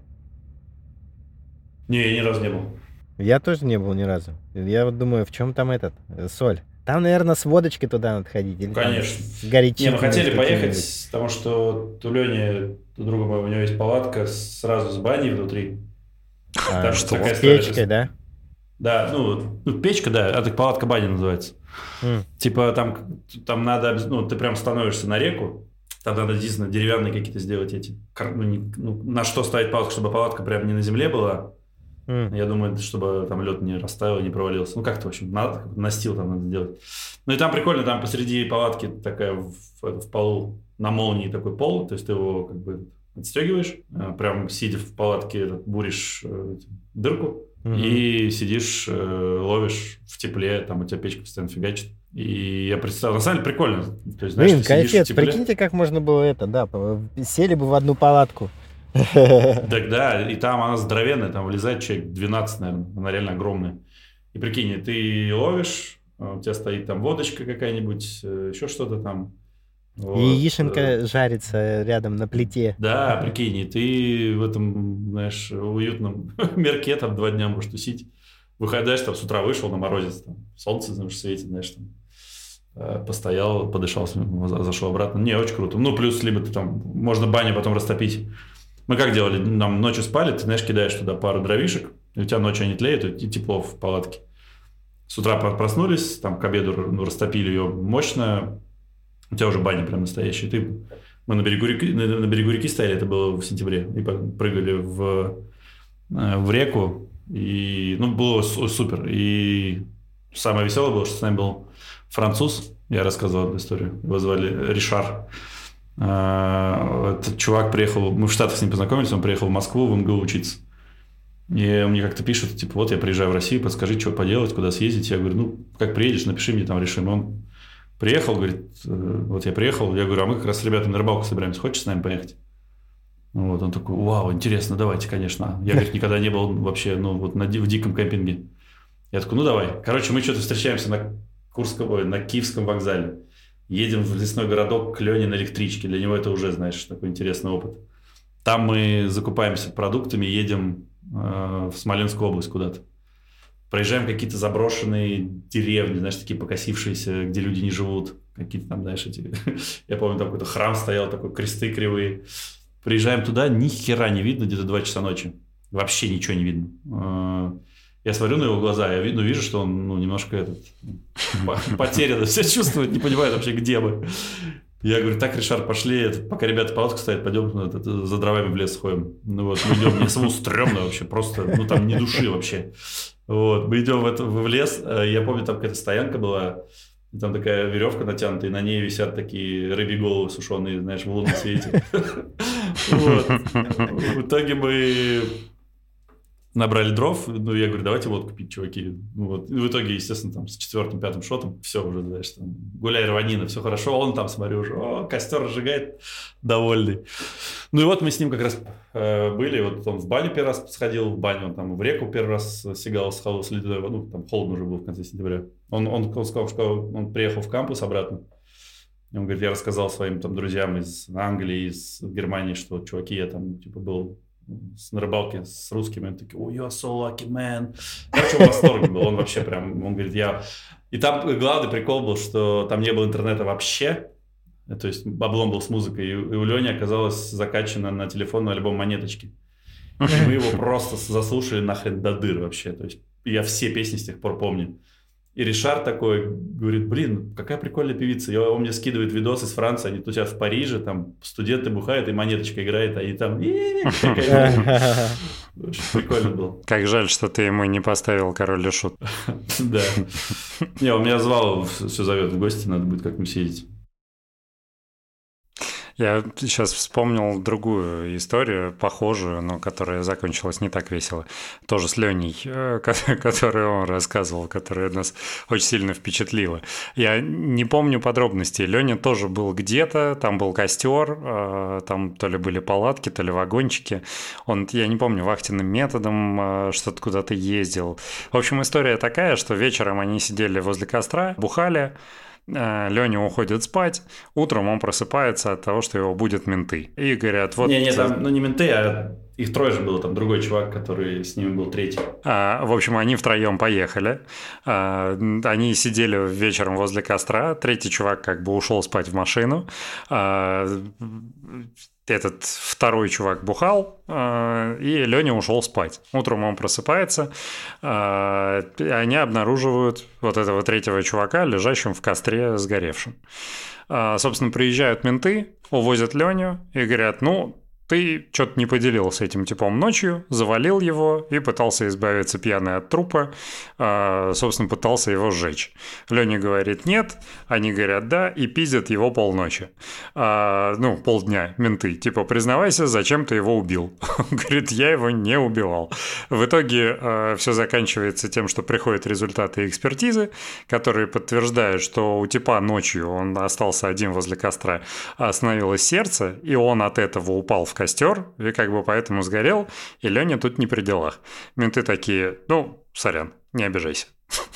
Не, я ни разу не был. Я тоже не был ни разу. Я вот думаю, в чем там этот, соль? Там, наверное, с водочкой туда надо ходить. Или конечно. Там, с горячительной. Не, мы хотели поехать, потому что у Лёни, у друга моего, у него есть палатка сразу с баней внутри. А, Там что, такая с история, печкой, что... да? Да, ну, ну, печка, да, это палатка баня называется. Mm. Типа там, там надо, ну, ты прям становишься на реку, там надо, действительно, деревянные какие-то сделать эти, ну, не, ну, на что ставить палатку, чтобы палатка прям не на земле была. Mm. Я думаю, чтобы там лед не растаял, не провалился. Ну, как-то, в общем, надо, настил там надо сделать. Ну, и там прикольно, там посреди палатки такая в, в полу, на молнии такой пол, то есть ты его как бы отстегиваешь, прям сидя в палатке буришь дырку, mm-hmm. и сидишь, ловишь в тепле, там у тебя печка постоянно фигачит. И я представил, на самом деле прикольно. То есть, знаешь, блин, кайфец, прикиньте, как можно было это, да, сели бы в одну палатку. Так да, и там она здоровенная, там влезает человек двенадцать, наверное, она реально огромная. И прикинь, ты ловишь, у тебя стоит там водочка какая-нибудь, еще что-то там. Вот. И яишенка жарится рядом на плите. Да, прикинь, и ты в этом, знаешь, уютном мирке там два дня можешь тусить. Выходишь, там с утра вышел на морозец, там солнце, знаешь, светит, знаешь, там постоял, подышал, зашел обратно. Не, очень круто. Ну, плюс, либо ты там, можно баню потом растопить. Мы как делали? Нам ночью спали, ты, знаешь, кидаешь туда пару дровишек, и у тебя ночью они тлеют, и тепло в палатке. С утра проснулись, там к обеду ну, растопили ее мощно, у тебя уже баня прям настоящая. Ты... Мы на берегу, реки, на, на берегу реки стояли, это было в сентябре, и прыгали в, в реку, и ну, было супер. И самое веселое было, что с нами был француз, я рассказывал эту историю, его звали Ришар. Этот чувак приехал, мы в Штатах с ним познакомились, он приехал в Москву в эм гэ у учиться. И он мне как-то пишет, типа, вот я приезжаю в Россию, подскажи, что поделать, куда съездить. Я говорю, ну, как приедешь, напиши мне, там решим. Он приехал, говорит, вот я приехал, я говорю, а мы как раз с ребятами на рыбалку собираемся, хочешь с нами поехать? Вот, он такой, вау, интересно, давайте, конечно. Я, говорит, никогда не был вообще, ну, вот на, в диком кемпинге. Я такой, ну, давай. Короче, мы что-то встречаемся на Курском, ой, на Киевском вокзале. Едем в лесной городок к Лене на электричке. Для него это уже, знаешь, такой интересный опыт. Там мы закупаемся продуктами, едем э, в Смоленскую область куда-то. Проезжаем какие-то заброшенные деревни, знаешь, такие покосившиеся, где люди не живут. Какие-то там, знаешь, эти... Я помню, там какой-то храм стоял, такой, кресты кривые. Приезжаем туда, ни хера не видно, где-то два часа ночи. Вообще ничего не видно. Я смотрю на его глаза, я видно, вижу, что он ну, немножко этот, потерянно все чувствует, не понимает вообще, где мы. Я говорю, так, Ришар, пошли, пока ребята палатку стоят, пойдем за дровами в лес ходим. Ну вот, мы идем, мне самому стрёмно вообще, просто, ну там ни души вообще. Вот, мы идем в, это, в лес, я помню, там какая-то стоянка была, и там такая веревка натянута, и на ней висят такие рыбьи головы сушеные, знаешь, в лунном свете. В итоге мы набрали дров, ну, я говорю, давайте водку пить, чуваки. Вот. И в итоге, естественно, там с четвертым, пятым шотом все уже, знаешь, там, гуляй, рванина, все хорошо. Он там, смотрю, уже, о, костер разжигает, довольный. Ну и вот мы с ним как раз э, были, вот он в баню первый раз сходил, в баню, он там в реку первый раз сигал с холодной, с ледяной водой, ну, там холодно уже было в конце сентября. Он, он, он сказал, что он приехал в кампус обратно. И он говорит, я рассказал своим там друзьям из Англии, из Германии, что, чуваки, я там, типа, был на рыбалке с русскими, он такой, oh, you're so lucky, man. Короче, он в восторге был, он вообще прям, он говорит, я... И там главный прикол был, что там не было интернета вообще, то есть облом был с музыкой, и у Лени оказалось закачано на телефон альбом «Монеточки». И мы его просто заслушали нахрен до дыр вообще, то есть я все песни с тех пор помню. И Ришар такой говорит, блин, какая прикольная певица. И он мне скидывает видос из Франции, они тут в Париже, там студенты бухают, и Монеточка играет, а и там... Очень прикольно было. Как жаль, что ты ему не поставил «Король и Шут». Да. Не, он меня звал, все зовет в гости, надо будет как-нибудь съездить. Я сейчас вспомнил другую историю, похожую, но которая закончилась не так весело. Тоже с Леней, которую он рассказывал, которая нас очень сильно впечатлила. Я не помню подробностей. Леня тоже был где-то, там был костер, там то ли были палатки, то ли вагончики. Он, я не помню, вахтенным методом что-то куда-то ездил. В общем, история такая, что вечером они сидели возле костра, бухали, Леня уходит спать, утром он просыпается от того, что его будут менты. И говорят, вот... Не-не, там, ну не менты, а их трое же было, там другой чувак, который с ними был третий. А, в общем, они втроем поехали. А, они сидели вечером возле костра, третий чувак как бы ушел спать в машину. А, этот второй чувак бухал, и Леня ушел спать. Утром он просыпается, и они обнаруживают вот этого третьего чувака, лежащим в костре сгоревшим. Собственно, приезжают менты, увозят Леню и говорят, ну, ты что-то не поделился с этим типом ночью, завалил его и пытался избавиться пьяный от трупа, собственно, пытался его сжечь. Леня говорит нет, они говорят да, и пиздят его полночи. Ну, полдня, менты. Типа, признавайся, зачем ты его убил? Он говорит, я его не убивал. В итоге все заканчивается тем, что приходят результаты экспертизы, которые подтверждают, что у типа ночью он остался один возле костра, остановилось сердце, и он от этого упал в костер, и как бы поэтому сгорел, и Леня тут не при делах. Менты такие, ну, сорян, не обижайся.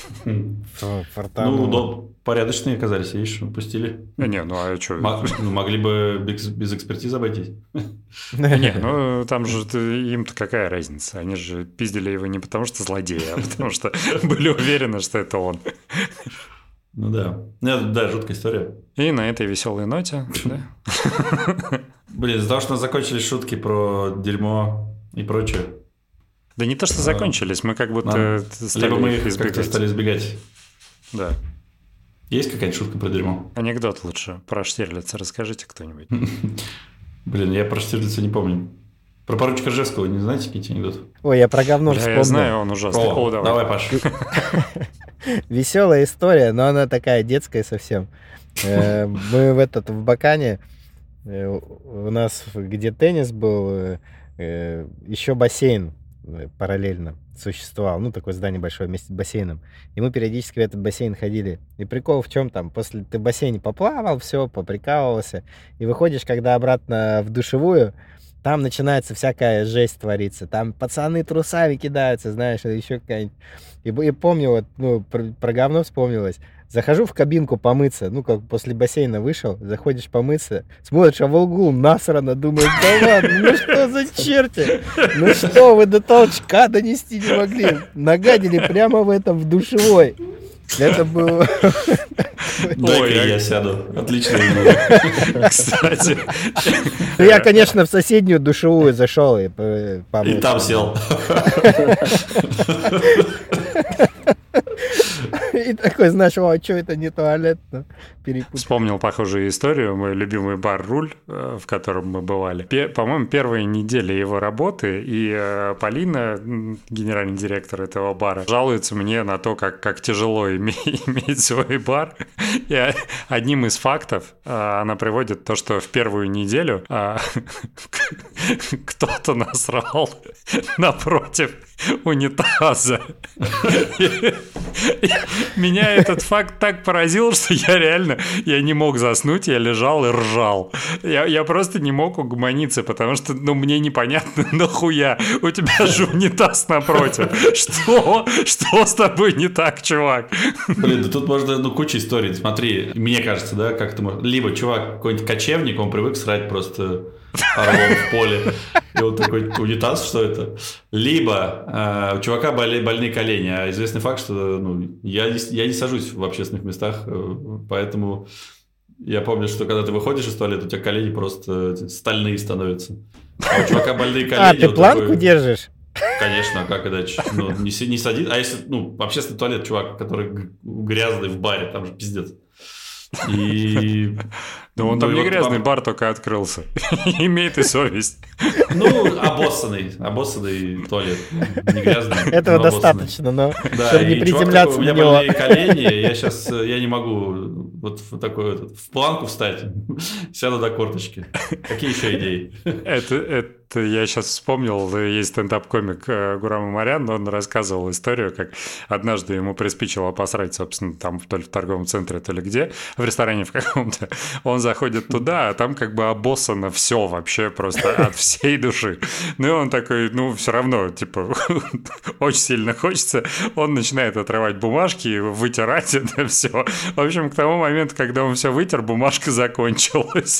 Ну, да, порядочные оказались, видишь, упустили. Не, ну а что? Ну, могли бы без экспертизы обойтись. Не, ну там же им-то какая разница? Они же пиздили его не потому, что злодеи, а потому что были уверены, что это он. Ну да. Да, жуткая история. И на этой веселой ноте, да. Блин, из-за того, что у нас закончились шутки про дерьмо и прочее. Да не то, что закончились, мы как будто стали Либо мы их избегать. Как-то стали избегать. Да. Есть какая-нибудь шутка про дерьмо? Анекдот лучше. Про Штирлица расскажите кто-нибудь. Блин, я про Штирлица не помню. Про поручика Ржевского не знаете какие-то анекдоты? Ой, я про говно вспомнил. Да, я знаю, он ужасный. О, О, давай. давай, Паш. Веселая история, но она такая детская совсем. Мы в этот в Бакане, у нас где теннис был, еще бассейн параллельно существовал. Ну, такое здание большое вместе с бассейном. И мы периодически в этот бассейн ходили. И прикол в чем там? После ты в бассейне поплавал, все, поприкалывался. И выходишь, когда обратно в душевую, там начинается всякая жесть твориться. Там пацаны трусами кидаются, знаешь, еще какая-нибудь. И, и помню, вот, ну, про, про говно вспомнилось. Захожу в кабинку помыться, ну, как после бассейна вышел, заходишь помыться, смотришь, а в углу насрано, думаешь, да ладно, ну что за черти? Ну что, вы до толчка донести не могли? Нагадили прямо в этом, в душевой. Это было... Ой, я сяду. Отличная идея. Кстати. Я, конечно, в соседнюю душевую зашел и помылся. И там сел. И такой, знаешь, о, что это не туалет? Ну, перепутал. Вспомнил похожую историю. Мой любимый бар «Руль», в котором мы бывали. Пе- по-моему, первые недели его работы, и э, Полина, генеральный директор этого бара, жалуется мне на то, как, как тяжело име- иметь свой бар. И одним из фактов э, она приводит то, что в первую неделю э, кто-то насрал напротив унитаза. Меня этот факт так поразил, что я реально я не мог заснуть, я лежал и ржал. Я, я просто не мог угомониться, потому что, ну, мне непонятно, нахуя у тебя же унитаз напротив. Что? Что с тобой не так, чувак? Блин, да тут можно, ну, куча историй. Смотри, мне кажется, да, как ты можешь... Либо чувак какой-нибудь кочевник, он привык срать просто орлом в поле. И вот такой унитаз, что это? Либо э, у чувака боли, больные колени. А известный факт, что ну, я, не, я не сажусь в общественных местах, э, поэтому я помню, что когда ты выходишь из туалета, у тебя колени просто стальные становятся. А у чувака больные колени. А, ты вот планку такой... держишь? Конечно, как иначе? Ну, не, не садись. А если, ну, общественный туалет, чувак, который грязный в баре, там же пиздец. И... Да он там не грязный, бар только открылся. Имеет и совесть. Ну, обоссанный. Обоссанный туалет. Не грязный. Этого достаточно, но да, чтобы не приземляться у на меня него. больные колени, я сейчас я не могу вот в такой в планку встать. Сяду до корточки. Какие еще идеи? Это, это я сейчас вспомнил, есть стендап-комик Гурам Амарян, но он рассказывал историю, как однажды ему приспичило посрать, собственно, там то ли в торговом центре, то ли где, в ресторане в каком-то. Он заходит туда, а там как бы обоссано все вообще просто от всей души. Ну и он такой, ну все равно, типа, очень сильно хочется. Он начинает отрывать бумажки, вытирать это все. В общем, к тому моменту, когда он все вытер, бумажка закончилась.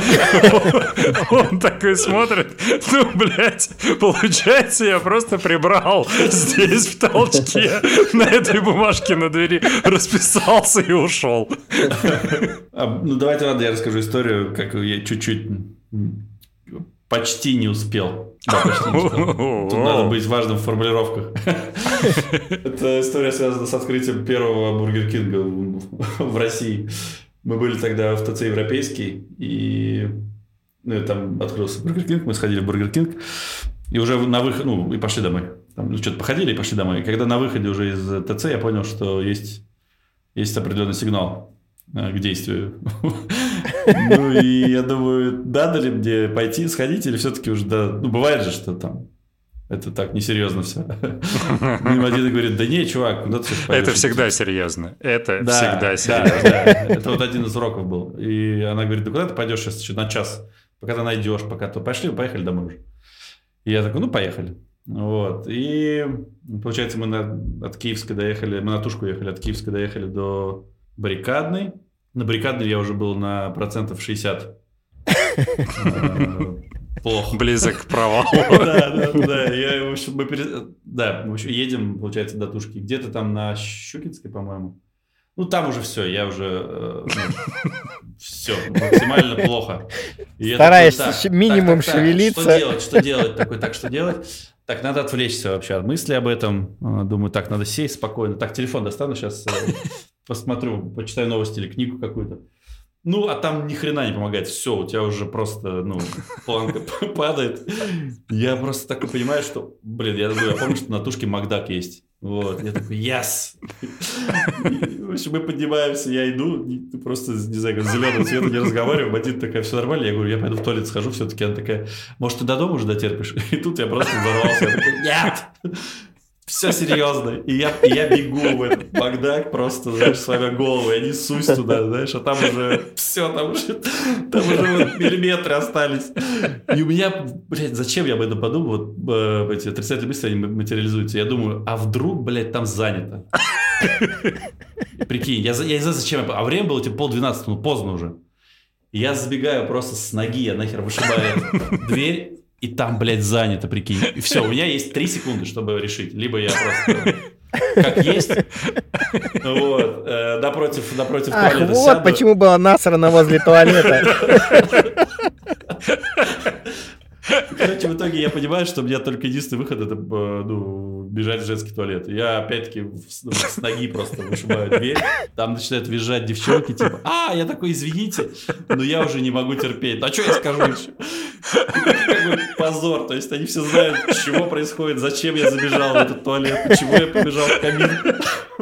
Он такой смотрит, ну, блядь, получается, я просто прибрал здесь в толчке на этой бумажке на двери, расписался и ушел. Ну, давайте, ладно, я расскажу историю, как я чуть-чуть почти не успел. Да, почти не успел. Тут надо быть важным в формулировках. Эта история связана с открытием первого Бургер Кинга в России. Мы были тогда в ТЦ Европейский, и ну, там открылся Бургер Кинг, мы сходили в Бургер Кинг, и уже на выходе, ну, и пошли домой. Там, ну, что-то походили и пошли домой. И когда на выходе уже из ТЦ я понял, что есть, есть определенный сигнал к действию. Ну, и я думаю, надо ли мне пойти, сходить, или все-таки уже, да, ну, бывает же, что там это так несерьезно все. Мне один говорит, да не, чувак, куда ты сейчас пойдешь? Это всегда серьезно. Это да, всегда да, серьезно. Да, это вот один из уроков был. И она говорит, да куда ты пойдешь сейчас еще на час? Пока ты найдешь, пока то пошли, поехали домой уже. И я такой, ну, поехали. Вот. И, получается, мы на, от Киевской доехали, мы на Тушку ехали, от Киевской доехали до Баррикадной. На Баррикадной я уже был на процентов шестьдесят. Плохо. Близок к провалу. Да, да, да. Я, в общем, мы пере... да, в общем, едем, получается, до Тушки. Где-то там на Щукинской, по-моему. Ну, там уже все, я уже... Э, ну, все, максимально плохо. И стараешься такой, так, минимум так, так, так, шевелиться. Что делать, что делать? Такой, так, что делать? Так, надо отвлечься вообще от мысли об этом. Думаю, так, надо сесть спокойно. Так, телефон достану, сейчас посмотрю, почитаю новости или книгу какую-то. Ну, а там ни хрена не помогает. Все, у тебя уже просто, ну, планка падает. Я просто такой понимаю, что, блин, я, я помню, что на Тушке Макдак есть. Вот, я такой, yes! И, в общем, мы поднимаемся, я иду, просто, не знаю, как зеленого цвета не разговариваю, Мадина такая, все нормально? Я говорю, я пойду в туалет схожу все-таки. Она такая, может, ты до дома уже дотерпишь? И тут я просто взорвался. Я такой, нет! Все серьезно. И я, и я бегу в этот Макдак просто, знаешь, сломя голову. Я несусь туда, знаешь, а там уже все, там уже, там уже вот миллиметры остались. И у меня, блядь, зачем я об этом подумал? Вот эти отрицательные мысли, они материализуются. Я думаю, а вдруг, блядь, там занято? Прикинь, я, я не знаю, зачем я... А время было типа полдвенадцатого, ну поздно уже. И я забегаю просто с ноги, я нахер вышибаю дверь. И там, блядь, занято, прикинь. И все, у меня есть три секунды, чтобы решить. Либо я просто как есть, вот, э, напротив, напротив Ах, туалета вот сяду. почему было насрано возле туалета. Короче, в итоге я понимаю, что у меня только единственный выход — это ну, бежать в женский туалет. Я опять-таки с ноги просто вышибаю дверь. Там начинают визжать девчонки, типа, а, я такой, извините, но я уже не могу терпеть. А что я скажу еще? Какой позор. То есть они все знают, чего происходит, зачем я забежал в этот туалет, почему я побежал в кабинку.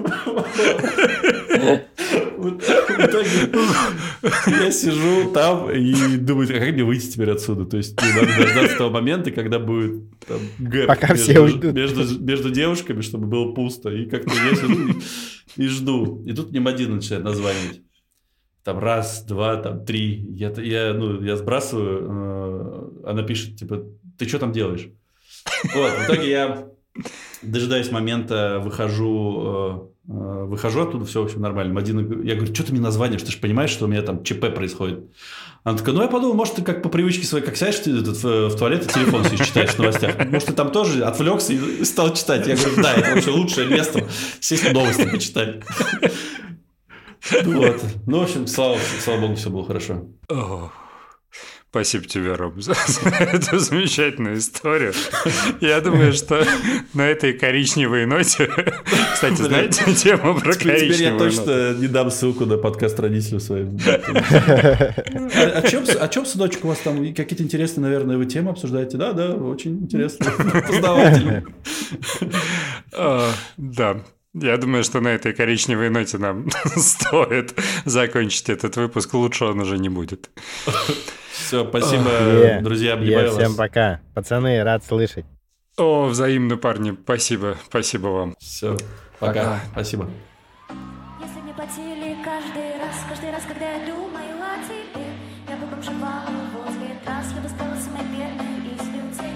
В итоге я сижу там и думаю, а как мне выйти теперь отсюда? То есть мне надо дождаться того момента, когда будет там, гэп Пока между, все уйдут. Между, между девушками, чтобы было пусто. И как-то я сижу и, и жду. И тут мне Мадина начинает названивать. Там раз, два, там три. Я, я, ну, я сбрасываю, э, она пишет, типа, ты что там делаешь? Вот, в итоге я, дожидаясь момента, выхожу... Э, Выхожу оттуда, все, в общем, нормально. Мадина, я говорю, что ты мне названиваешь? Ты же понимаешь, что у меня там ЧП происходит. Она такая, ну, я подумал, может, ты как по привычке своей, как сядешь ты этот, в, в туалет и телефон сидишь, читаешь в новостях. Может, ты там тоже отвлекся и стал читать. Я говорю, да, это вообще лучшее место сесть новости почитать. Вот. Ну, в общем, слава, слава богу, все было хорошо. Спасибо тебе, Ром, за эту замечательную историю. Я думаю, что на этой коричневой ноте... Кстати, знаете тему про коричневую ноту? Теперь я точно не дам ссылку на подкаст родителям своим. О чем, сыночек, у вас там какие-то интересные, наверное, вы темы обсуждаете? Да, да, очень интересно. Познавательно. Да. Я думаю, что на этой коричневой ноте нам стоит закончить этот выпуск. Лучше он уже не будет. Все, спасибо, yeah. друзья, обнимаю yeah, вас. Всем пока. Пацаны, рад слышать. О, взаимно, парни. Спасибо. Спасибо вам. Все, пока. пока. Спасибо. Если мне платили каждый раз, каждый раз, когда я думаю о тебе, я бы бомжевала возле трасс, я бы стала самой бедной из людей.